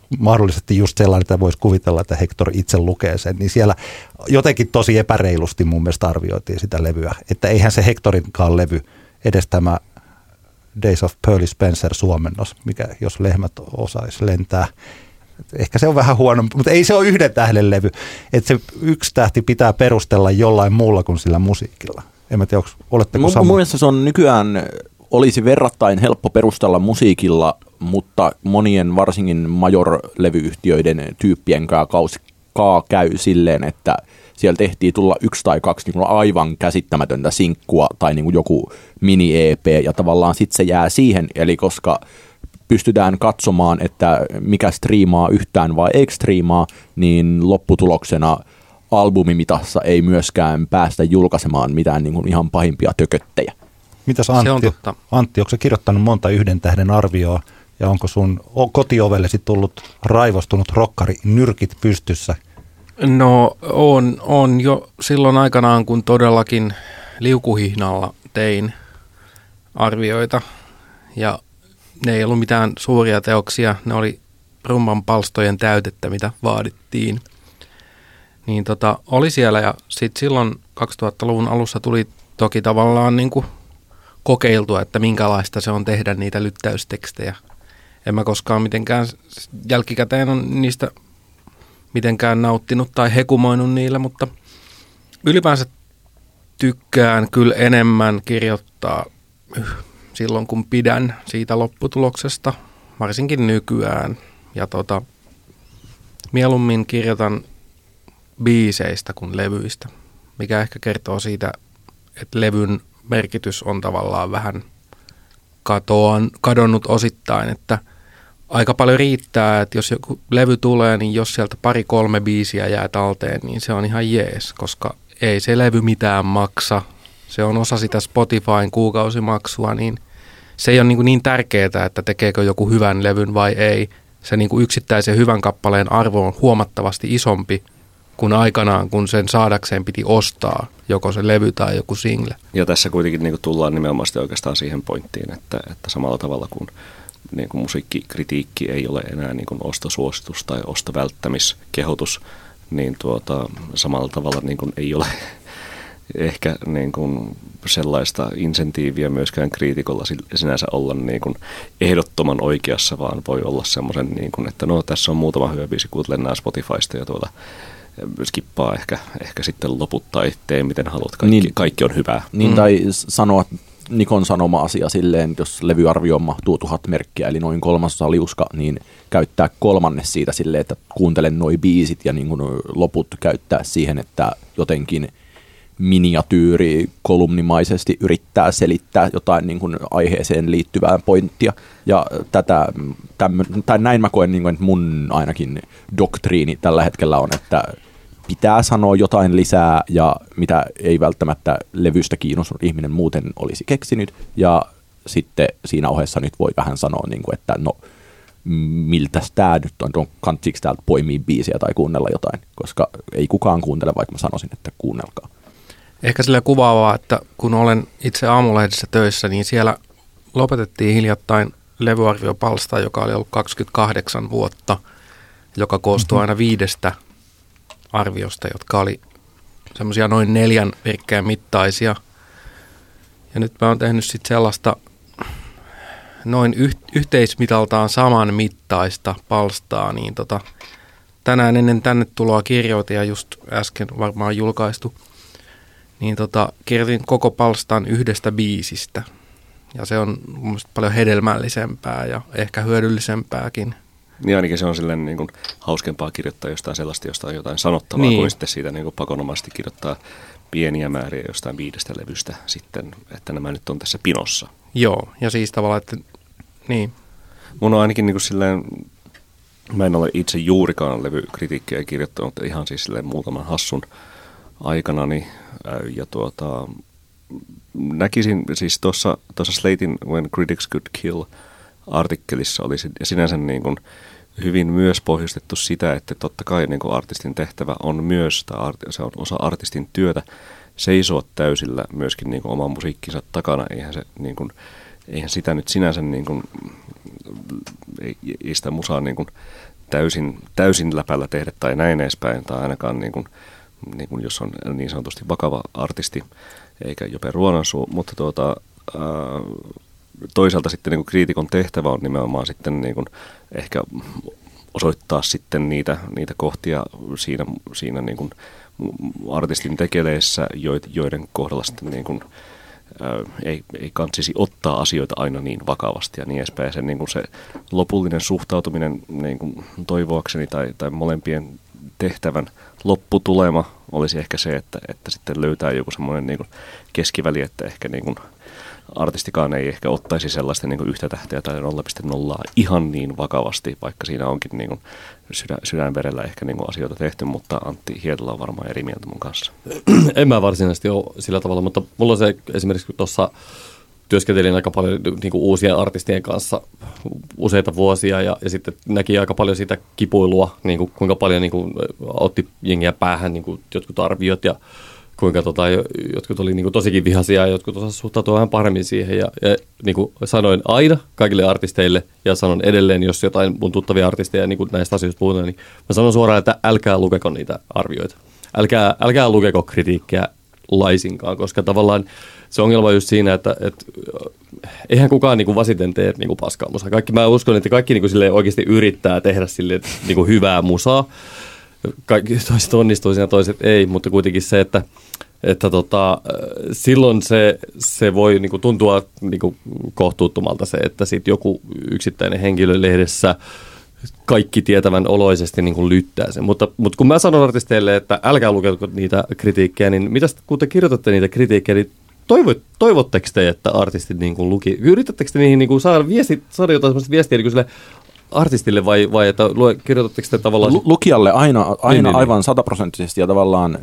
mahdollisesti just sellainen, että voisi kuvitella, että Hector itse lukee sen, niin siellä jotenkin tosi epäreilusti mun mielestä arvioitiin sitä levyä. Että eihän se Hectorinkaan levy edes tämä Days of Pearly Spencer -suomennos, mikä jos lehmät osaisi lentää. Ehkä se on vähän huono, mutta ei se ole 1 tähden levy. Että se 1 tähti pitää perustella jollain muulla kuin sillä musiikilla. En mä tiedä, oletteko samaa? Mun mielestä se on nykyään, olisi verrattain helppo perustella musiikilla, mutta monien varsinkin major-levyyhtiöiden tyyppien kanssa käy silleen, että siellä tehtiin tulla 1 tai 2 niin aivan käsittämätöntä sinkkua tai niin joku mini-EP ja tavallaan sitten se jää siihen, eli koska pystytään katsomaan, että mikä striimaa yhtään vai eikö striimaa, niin lopputuloksena albumimitassa ei myöskään päästä julkaisemaan mitään niin kuin ihan pahimpia tököttejä. Mitäs Antti? Antti, onko sä kirjoittanut monta 1 tähden arvioa ja onko sun kotiovellesi tullut raivostunut rokkari nyrkit pystyssä? No on jo silloin aikanaan, kun todellakin liukuhihnalla tein arvioita ja ne ei ollut mitään suuria teoksia, ne oli rumban palstojen täytettä, mitä vaadittiin. Niin oli siellä ja sitten silloin 2000-luvun alussa tuli toki tavallaan niin kuin kokeiltua, että minkälaista se on tehdä niitä lyttäystekstejä. En mä koskaan mitenkään jälkikäteen on niistä mitenkään nauttinut tai hekumoinut niillä, mutta ylipäänsä tykkään kyllä enemmän kirjoittaa silloin, kun pidän siitä lopputuloksesta, varsinkin nykyään. Ja mieluummin kirjoitan biiseistä kuin levyistä, mikä ehkä kertoo siitä, että levyn merkitys on tavallaan vähän kadonnut osittain, että aika paljon riittää, että jos joku levy tulee, niin jos sieltä 2-3 biisiä jää talteen, niin se on ihan jees, koska ei se levy mitään maksa. Se on osa sitä Spotifyn kuukausimaksua, niin se ei ole niin tärkeää, että tekeekö joku hyvän levyn vai ei. Se niin kuin yksittäisen hyvän kappaleen arvo on huomattavatti isompi kuin aikanaan, kun sen saadakseen piti ostaa joko se levy tai joku single. Ja tässä kuitenkin niin kuin tullaan nimenomaan oikeastaan siihen pointtiin, että samalla tavalla kuin niin kuin musiikkikritiikki ei ole enää niin kuin ostosuositus tai ostovälttämiskehotus, niin samalla tavalla niin kuin ei ole ehkä niin kuin sellaista insentiiviä myöskään kriitikolla sinänsä olla niin kuin ehdottoman oikeassa, vaan voi olla semmoisen, niin kuin, että no tässä on muutama hyvä biisi, kuuntele nämä Spotifysta ja skippaa ehkä sitten loput tai tee miten haluat, kaikki on hyvää. Niin tai sanoa Nikon sanoma asia silleen, jos levyarvioon mahtuu 1000 merkkiä, eli noin 1/3 liuska, niin käyttää 1/3 siitä silleen, että kuuntelen noi biisit ja niin kuin loput käyttää siihen, että jotenkin miniatyyri kolumnimaisesti yrittää selittää jotain niin kuin aiheeseen liittyvää pointtia. Ja tai näin mä koen, niin kuin, että mun ainakin doktriini tällä hetkellä on, että pitää sanoa jotain lisää ja mitä ei välttämättä levystä kiinnostunut ihminen muuten olisi keksinyt. Ja sitten siinä ohessa nyt voi vähän sanoa, niin kuin, että no miltäs tää nyt on, kantsiks täältä poimia biisiä tai kuunnella jotain, koska ei kukaan kuuntele, vaikka mä sanoisin, että kuunnelkaa. Ehkä sillä kuvaavaa, että kun olen itse Aamulehdessä töissä, niin siellä lopetettiin hiljattain levyarviopalsta, joka oli ollut 28 vuotta, joka koostui aina 5 arviosta, jotka oli semmoisia noin 4 virkkeen mittaisia. Ja nyt mä oon tehnyt sitten sellaista noin yhteismitaltaan saman mittaista palstaa, niin tänään ennen tänne tuloa kirjoitin ja just äsken varmaan julkaistu, niin kirjoitin koko palstan 1 biisistä. Ja se on mun mielestä paljon hedelmällisempää ja ehkä hyödyllisempääkin. Niin ainakin se on silleen niin kuin hauskempaa kirjoittaa jostain sellaista, josta on jotain sanottavaa, niin, kuin sitten siitä niin kuin pakonomaisesti kirjoittaa pieniä määriä jostain 5 levystä sitten, että nämä nyt on tässä pinossa. Joo, ja siis tavallaan, että niin. Mun on ainakin niin kuin silleen, mä en ole itse juurikaan levykritiikkiä kirjoittanut, ihan siis silleen muutaman hassun aikanani, ja näkisin siis tuossa Slatein When Critics Could Kill -artikkelissa oli sinänsä niin kuin hyvin myös pohjustettu sitä, että totta kai niin kuin artistin tehtävä on myös, se on osa artistin työtä, seisoa täysillä myöskin niin kuin oman musiikkinsa takana. Eihän sitä nyt sinänsä, niin kuin, ei sitä musaa niin kuin täysin läpällä tehdä tai näin edespäin, tai ainakaan niin kuin jos on niin sanotusti vakava artisti, eikä Jope Ruonansuu, mutta toisaalta sitten niin kuin kriitikon tehtävä on nimenomaan sitten niin kuin ehkä osoittaa sitten niitä kohtia siinä niin kuin artistin tekeleissä, joiden kohdalla sitten niin kuin ei kansisi ottaa asioita aina niin vakavasti ja niin edespäin. Se, niin kuin se lopullinen suhtautuminen niin kuin toivoakseni tai molempien tehtävän lopputulema olisi ehkä se, että sitten löytää joku semmoinen niin kuin keskiväli, että ehkä niin kuin artistikaan ei ehkä ottaisi sellaista niin kuin yhtä tähteä tai 0,0 ihan niin vakavasti, vaikka siinä onkin niin kuin sydänverellä ehkä niin kuin asioita tehty, mutta Antti Hietala on varmaan eri mieltä mun kanssa. En mä varsinaisesti ole sillä tavalla, mutta mulla on se esimerkiksi, kun tuossa työskentelin aika paljon niin kuin uusien artistien kanssa useita vuosia ja sitten näki aika paljon sitä kipuilua, niin kuin, kuinka paljon niin kuin, otti jengiä päähän niin kuin jotkut arviot ja kuinka jotkut oli niin kuin tosikin vihaisia ja jotkut osasivat suhtautua vähän paremmin siihen. Ja niin kuin sanoin aina kaikille artisteille ja sanon edelleen, jos jotain mun tuttavia artisteja niin kuin näistä asioista puhutaan, niin mä sanon suoraan, että älkää lukeko niitä arvioita. Älkää lukeko kritiikkiä laisinkaan, koska tavallaan se ongelma on just siinä, että eihän kukaan niin kuin vasiten tee niin kuin paskaa musaa. Mä uskon, että kaikki niin kuin silleen oikeasti yrittää tehdä silleen, niin kuin hyvää musaa. Kaikki toiset onnistuu siinä, toiset ei, mutta kuitenkin se, että silloin se voi niinku tuntua niinku kohtuuttomalta se, että sit joku yksittäinen henkilö lehdessä kaikki tietävän oloisesti niinku lyttää sen. Mutta kun mä sanon artisteille, että älkää lukeko niitä kritiikkejä, niin mitä kun te kirjoitatte niitä kritiikkejä, niin toivotteko te, että artistit niinku luki? Yritättekö te niihin niinku saada jotain sellaista viestiä niin sille artistille vai että kirjoitatteko te tavallaan lukijalle aina niin. aivan 100% ja tavallaan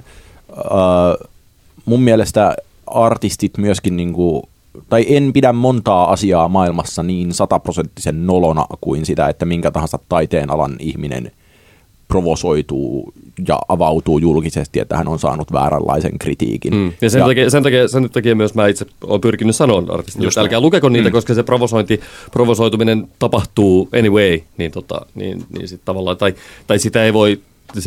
mun mielestä artistit myöskin niinku, tai en pidä montaa asiaa maailmassa niin 100% nolona kuin sitä, että minkä tahansa taiteen alan ihminen provosoituu ja avautuu julkisesti, että hän on saanut vääränlaisen kritiikin. Ja sen takia myös mä itse olen pyrkinyt sanoa artistille, että älkää lukeko niitä, koska se provosoituminen tapahtuu anyway, niin sit tavallaan, tai sitä ei voi,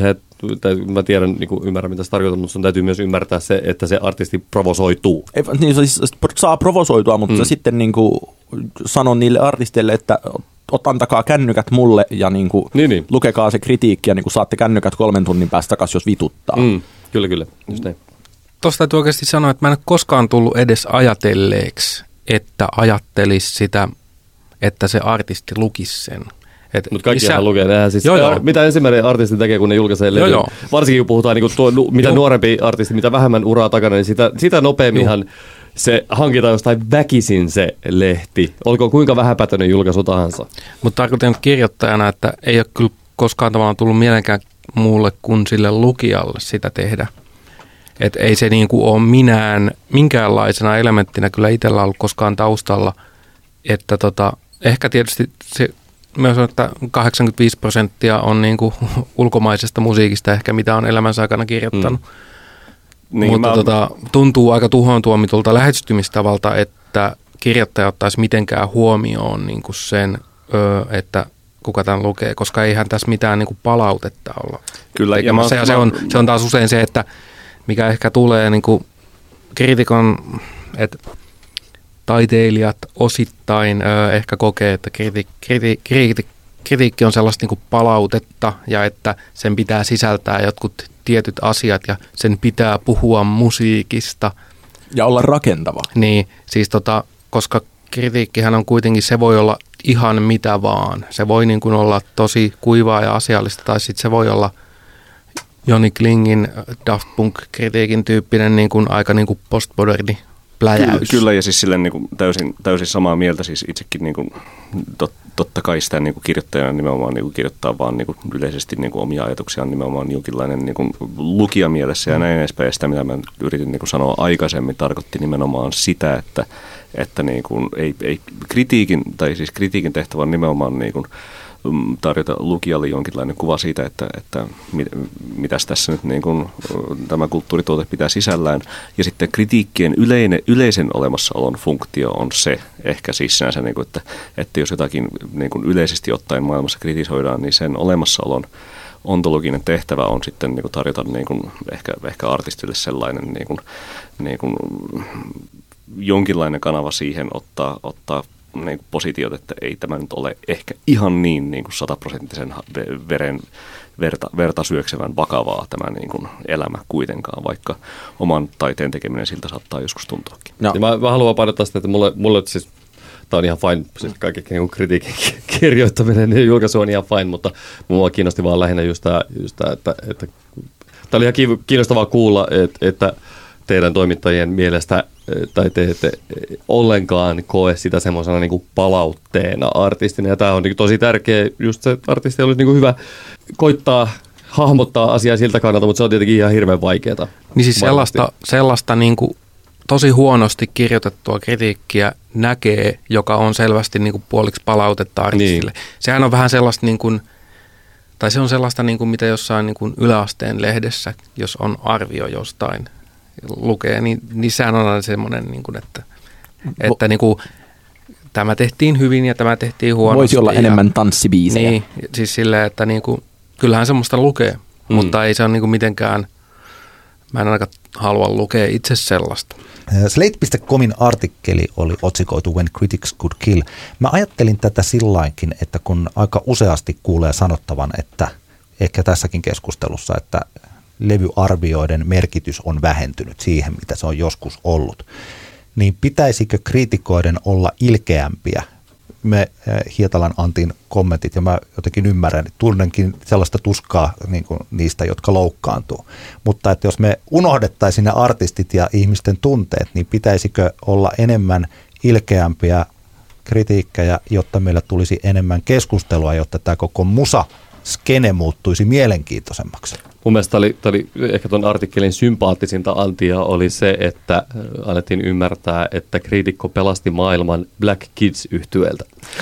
mä tiedän, niin ymmärrän mitä se tarkoittaa, mutta sun täytyy myös ymmärtää se, että se artisti provosoituu. Niin, siis saa provosoitua, mutta sitten niin kuin sanon niille artisteille, että antakaa kännykät mulle ja niin. Lukekaa se kritiikki ja niin saatte kännykät 3 tunnin päästä takaisin, jos vituttaa. Kyllä, just näin. Tuosta täytyy oikeasti sanoa, että mä en ole koskaan tullut edes ajatelleeksi, että ajattelisi sitä, että se artisti lukisi sen. Mutta kaikkihan lukee. Siis mitä ensimmäinen artisti tekee, kun ne julkaisee levy? Varsinkin kun puhutaan, mitä nuorempi artisti, mitä vähemmän uraa takana, niin sitä nopeamminhan se hankitaan jostain väkisin se lehti. Olkoon kuinka vähäpätöinen julkaisu tahansa. Mutta tarkoitan kirjoittajana, että ei ole kyllä koskaan tavallaan tullut mielenkään muulle kuin sille lukijalle sitä tehdä. Että ei se niinku ole minkäänlaisena elementtinä kyllä itsellä ollut koskaan taustalla. Että ehkä tietysti se myös on, että 85% on niinku ulkomaisesta musiikista ehkä, mitä on elämänsä aikana kirjoittanut. Niin, mutta tuntuu aika tuhoon tuomitulta lähestymistavalta, että kirjoittaja ottaisi mitenkään huomioon niinku sen, että kuka tämän lukee, koska eihän tässä mitään niinku palautetta olla. Kyllä, ja se on taas usein se, että mikä ehkä tulee niinku kriitikon, että taiteilijat osittain ehkä kokee, että kritiikki on sellaista niinku palautetta ja että sen pitää sisältää jotkut tietyt asiat ja sen pitää puhua musiikista. Ja olla rakentava. Niin, siis koska kritiikkihän on kuitenkin, se voi olla ihan mitä vaan. Se voi niin kuin olla tosi kuivaa ja asiallista tai sitten se voi olla Joni Klingin Daft Punk-kritiikin tyyppinen niin kuin aika niin kuin postmoderni pläjäys. Kyllä, ja siis silleen niin kuin täysin samaa mieltä, siis itsekin niin kuin, totta kai sitä niin kuin kirjoittajana nimenomaan niin kuin kirjoittaa vaan niin kuin yleisesti niin kuin omia ajatuksiaan nimenomaan jonkinlainen niin kuin lukijamielessä ja näin edespäin. Sitä, mitä mä yritin niin kuin sanoa aikaisemmin, tarkoitti nimenomaan sitä, että niin kuin ei kritiikin tehtävä on nimenomaan niin kuin tarjota lukijalle jonkinlainen kuva siitä, että mitäs tässä nyt niin kuin tämä kulttuurituote pitää sisällään. Ja sitten kritiikkien yleisen olemassaolon funktio on se, ehkä siis sinänsä, niin kuin, että jos jotakin niin kuin yleisesti ottaen maailmassa kritisoidaan, niin sen olemassaolon ontologinen tehtävä on sitten niin kuin tarjota niin kuin ehkä artistille sellainen niin kuin jonkinlainen kanava siihen ottaa niin kuin positiot, että ei tämä nyt ole ehkä ihan niin kuin 100% verta syöksevän vakavaa tämä niin kuin elämä kuitenkaan, vaikka oman taiteen tekeminen siltä saattaa joskus tuntuakin. No. Mä haluan painottaa sitä, että mulle siis tämä on ihan fine, siis kaikki niin kritiikin kirjoittaminen ja julkaisu on ihan fine, mutta mua kiinnosti vaan lähinnä just tämä, että tämä oli ihan kiinnostavaa kuulla, että teidän toimittajien mielestä tai te ette ollenkaan koe sitä semmoisena niin kuin palautteena artistina. Ja tämä on niin kuin tosi tärkeä, just se artisti olisi niin kuin hyvä koittaa hahmottaa asiaa siltä kannalta, mutta se on tietenkin ihan hirveän vaikeaa. Niin siis sellaista niin kuin tosi huonosti kirjoitettua kritiikkiä näkee, joka on selvästi niin kuin puoliksi palautetta artistille. Niin. Sehän on vähän sellaista niin kuin, tai se on sellaista niin kuin mitä jossain niin kuin yläasteen lehdessä, jos on arvio jostain lukee, niin sehän on aina semmoinen, niin kuin, että niin kuin, tämä tehtiin hyvin ja tämä tehtiin huonosti. Voisi olla enemmän tanssibiisejä. Niin, siis silleen, että niin kuin, kyllähän semmoista lukee, mutta ei se ole niin kuin mitenkään, mä en ainakaan halua lukea itse sellaista. Slate.comin artikkeli oli otsikoitu When Critics Could Kill. Mä ajattelin tätä sillainkin, että kun aika useasti kuulee sanottavan, että ehkä tässäkin keskustelussa, että levyarvioiden merkitys on vähentynyt siihen, mitä se on joskus ollut, niin pitäisikö kriitikoiden olla ilkeämpiä? Me Hietalan Antin kommentit, ja mä jotenkin ymmärrän, tunnenkin sellaista tuskaa niin kuin niistä, jotka loukkaantuu. Mutta että jos me unohdettaisiin ne artistit ja ihmisten tunteet, niin pitäisikö olla enemmän ilkeämpiä kritiikkejä, jotta meillä tulisi enemmän keskustelua, jotta tämä koko musa-skene muuttuisi mielenkiintoisemmaksi? Mun mielestä tämä oli ehkä tuon artikkelin sympaattisinta antia oli se, että annettiin ymmärtää, että kriitikko pelasti maailman Black Kids-yhtyeeltä.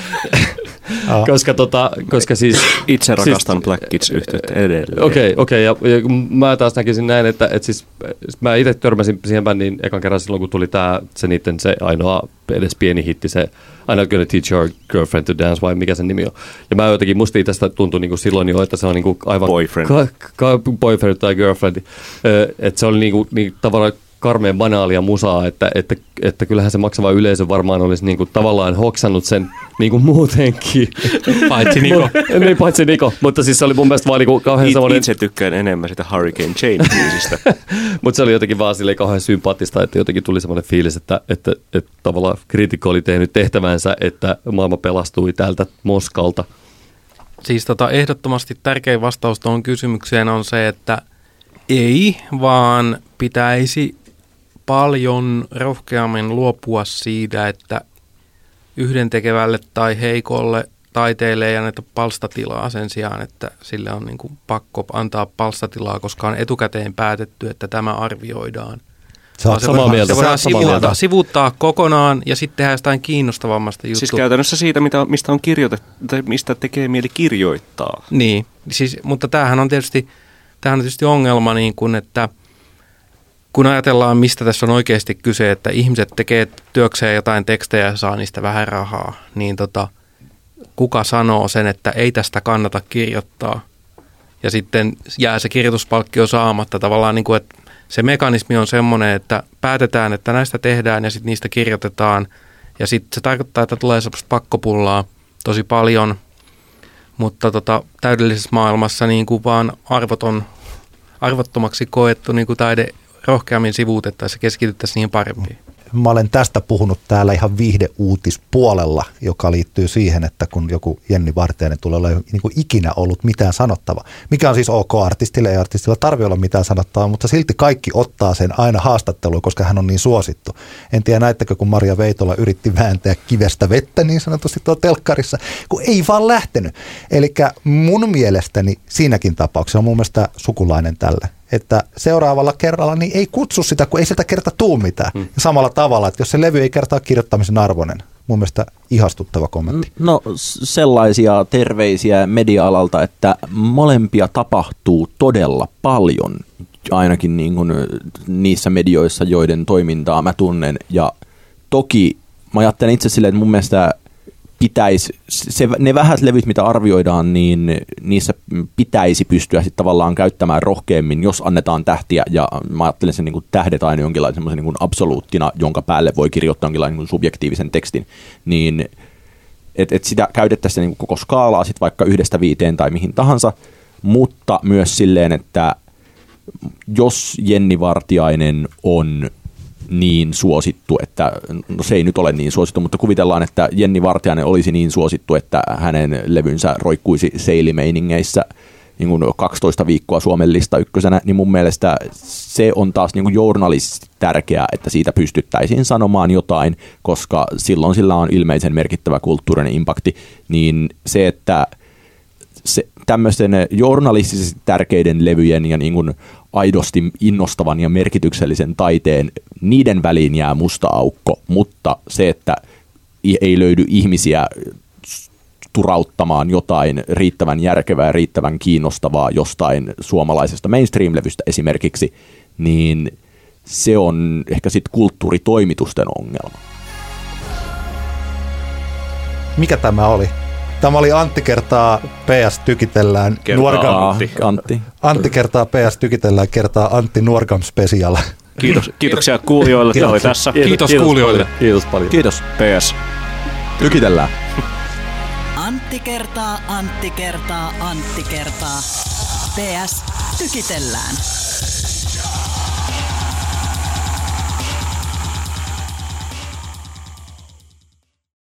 koska siis itse rakastan Black Kids-yhtyettä edelleen. Okei. Ja mä taas näkisin näin, että siis mä itse törmäsin siihen bändiin ekan kerran silloin, kun tuli se ainoa edes pieni hitti, se I'm not gonna teach your girlfriend to dance, vai mikä sen nimi on. Ja mä jotenkin, musta tästä tuntui niin kuin silloin jo, että se on niin kuin aivan boyfriend tai girlfriend. Että se oli niin tavallaan karmeen banaalia musaa, että kyllähän se maksava yleisö varmaan olisi niin kuin tavallaan hoksannut sen niin kuin muutenkin. Paitsi Niko. Niin, paitsi Niko. Mutta siis se oli mun mielestä vaan niin kuin kauhean semmoinen... Itse tykkään enemmän sitä Hurricane Chain-biisistä. Mutta se oli jotenkin vaan silleen kauhean sympaattista, että jotenkin tuli semmoinen fiilis, että tavallaan kriitikko oli tehnyt tehtävänsä, että maailma pelastui tältä moskalta. Siis ehdottomasti tärkein vastaus tuohon kysymykseen on se, että ei, vaan pitäisi paljon rohkeammin luopua siitä, että yhdentekevälle tai heikolle taiteelle ei anneta palstatilaa sen sijaan, että sille on niin kuin pakko antaa palstatilaa, koska on etukäteen päätetty, että tämä arvioidaan. Se voidaan sivuuttaa kokonaan ja sitten tehdään jostain kiinnostavammasta juttua. Siis käytännössä siitä, mistä on kirjoitettu, tai mistä tekee mieli kirjoittaa. Niin, siis, mutta tämähän on tietysti ongelma, niin kuin, että kun ajatellaan, mistä tässä on oikeasti kyse, että ihmiset tekee työkseen jotain tekstejä ja saa niistä vähän rahaa, niin kuka sanoo sen, että ei tästä kannata kirjoittaa ja sitten jää se kirjoituspalkkio saamatta tavallaan, niin kuin, että se mekanismi on semmoinen, että päätetään, että näistä tehdään ja sitten niistä kirjoitetaan ja sitten se tarkoittaa, että tulee sellaista pakkopullaa tosi paljon, mutta täydellisessä maailmassa niin kuin vaan arvottomaksi koettu niin kuin taide rohkeammin sivuutettaisiin ja keskityttäisiin niihin parempiin. Mä olen tästä puhunut täällä ihan viihdeuutispuolella, joka liittyy siihen, että kun joku Jenni Vartiainen tulee olla niin kuin ikinä ollut mitään sanottavaa. Mikä on siis ok artistille, ei artistilla tarvitse olla mitään sanottavaa, mutta silti kaikki ottaa sen aina haastatteluun, koska hän on niin suosittu. En tiedä näittekö, kun Maria Veitola yritti vääntää kivestä vettä niin sanotusti tuolla telkkarissa, kun ei vaan lähtenyt. Eli mun mielestäni siinäkin tapauksessa on mun mielestä sukulainen tälle. Että seuraavalla kerralla niin ei kutsu sitä, kun ei sieltä kerta tuu mitään. Ja samalla tavalla, että jos se levy ei kertaa kirjoittamisen arvoinen, mun mielestä ihastuttava kommentti. No sellaisia terveisiä media-alalta, että molempia tapahtuu todella paljon, ainakin niin kuin niissä medioissa, joiden toimintaa mä tunnen. Ja toki mä ajattelen itse silleen, että mun mielestä pitäisi, ne vähät levyt, mitä arvioidaan, niin niissä pitäisi pystyä sitten tavallaan käyttämään rohkeammin, jos annetaan tähtiä, ja mä ajattelen sen niin kuin tähdet aina jonkinlaisen semmoisen niin kuin absoluuttina, jonka päälle voi kirjoittaa jonkinlainen niin kuin subjektiivisen tekstin, niin että sitä käytettäisiin niin kuin koko skaalaa sitten vaikka 1-5 tai mihin tahansa, mutta myös silleen, että jos Jenni Vartiainen on niin suosittu, että no se ei nyt ole niin suosittu, mutta kuvitellaan, että Jenni Vartiainen olisi niin suosittu, että hänen levynsä roikkuisi seilimeiningeissä niin kuin 12 viikkoa Suomen lista ykkösenä, niin mun mielestä se on taas niin kuin journalistisesti tärkeää, että siitä pystyttäisiin sanomaan jotain, koska silloin sillä on ilmeisen merkittävä kulttuurinen impakti, niin se, että se tämmöisten journalistisesti tärkeiden levyjen ja niin kuin aidosti innostavan ja merkityksellisen taiteen, niiden väliin jää musta aukko, mutta se, että ei löydy ihmisiä turauttamaan jotain riittävän järkevää ja riittävän kiinnostavaa jostain suomalaisesta mainstream-levystä esimerkiksi, niin se on ehkä sitten kulttuuritoimitusten ongelma. Mikä tämä oli? Tämä oli Antti kertaa PS tykitellään. Antti kertaa PS tykitellään kertaa Antti Nuorgam Special. Kiitoksia kuulijoille. Tämä oli tässä. Kiitos kuulijoille. Kiitos paljon. Kiitos. PS. Tykitellään. Antti kertaa, Antti kertaa, Antti kertaa. PS tykitellään.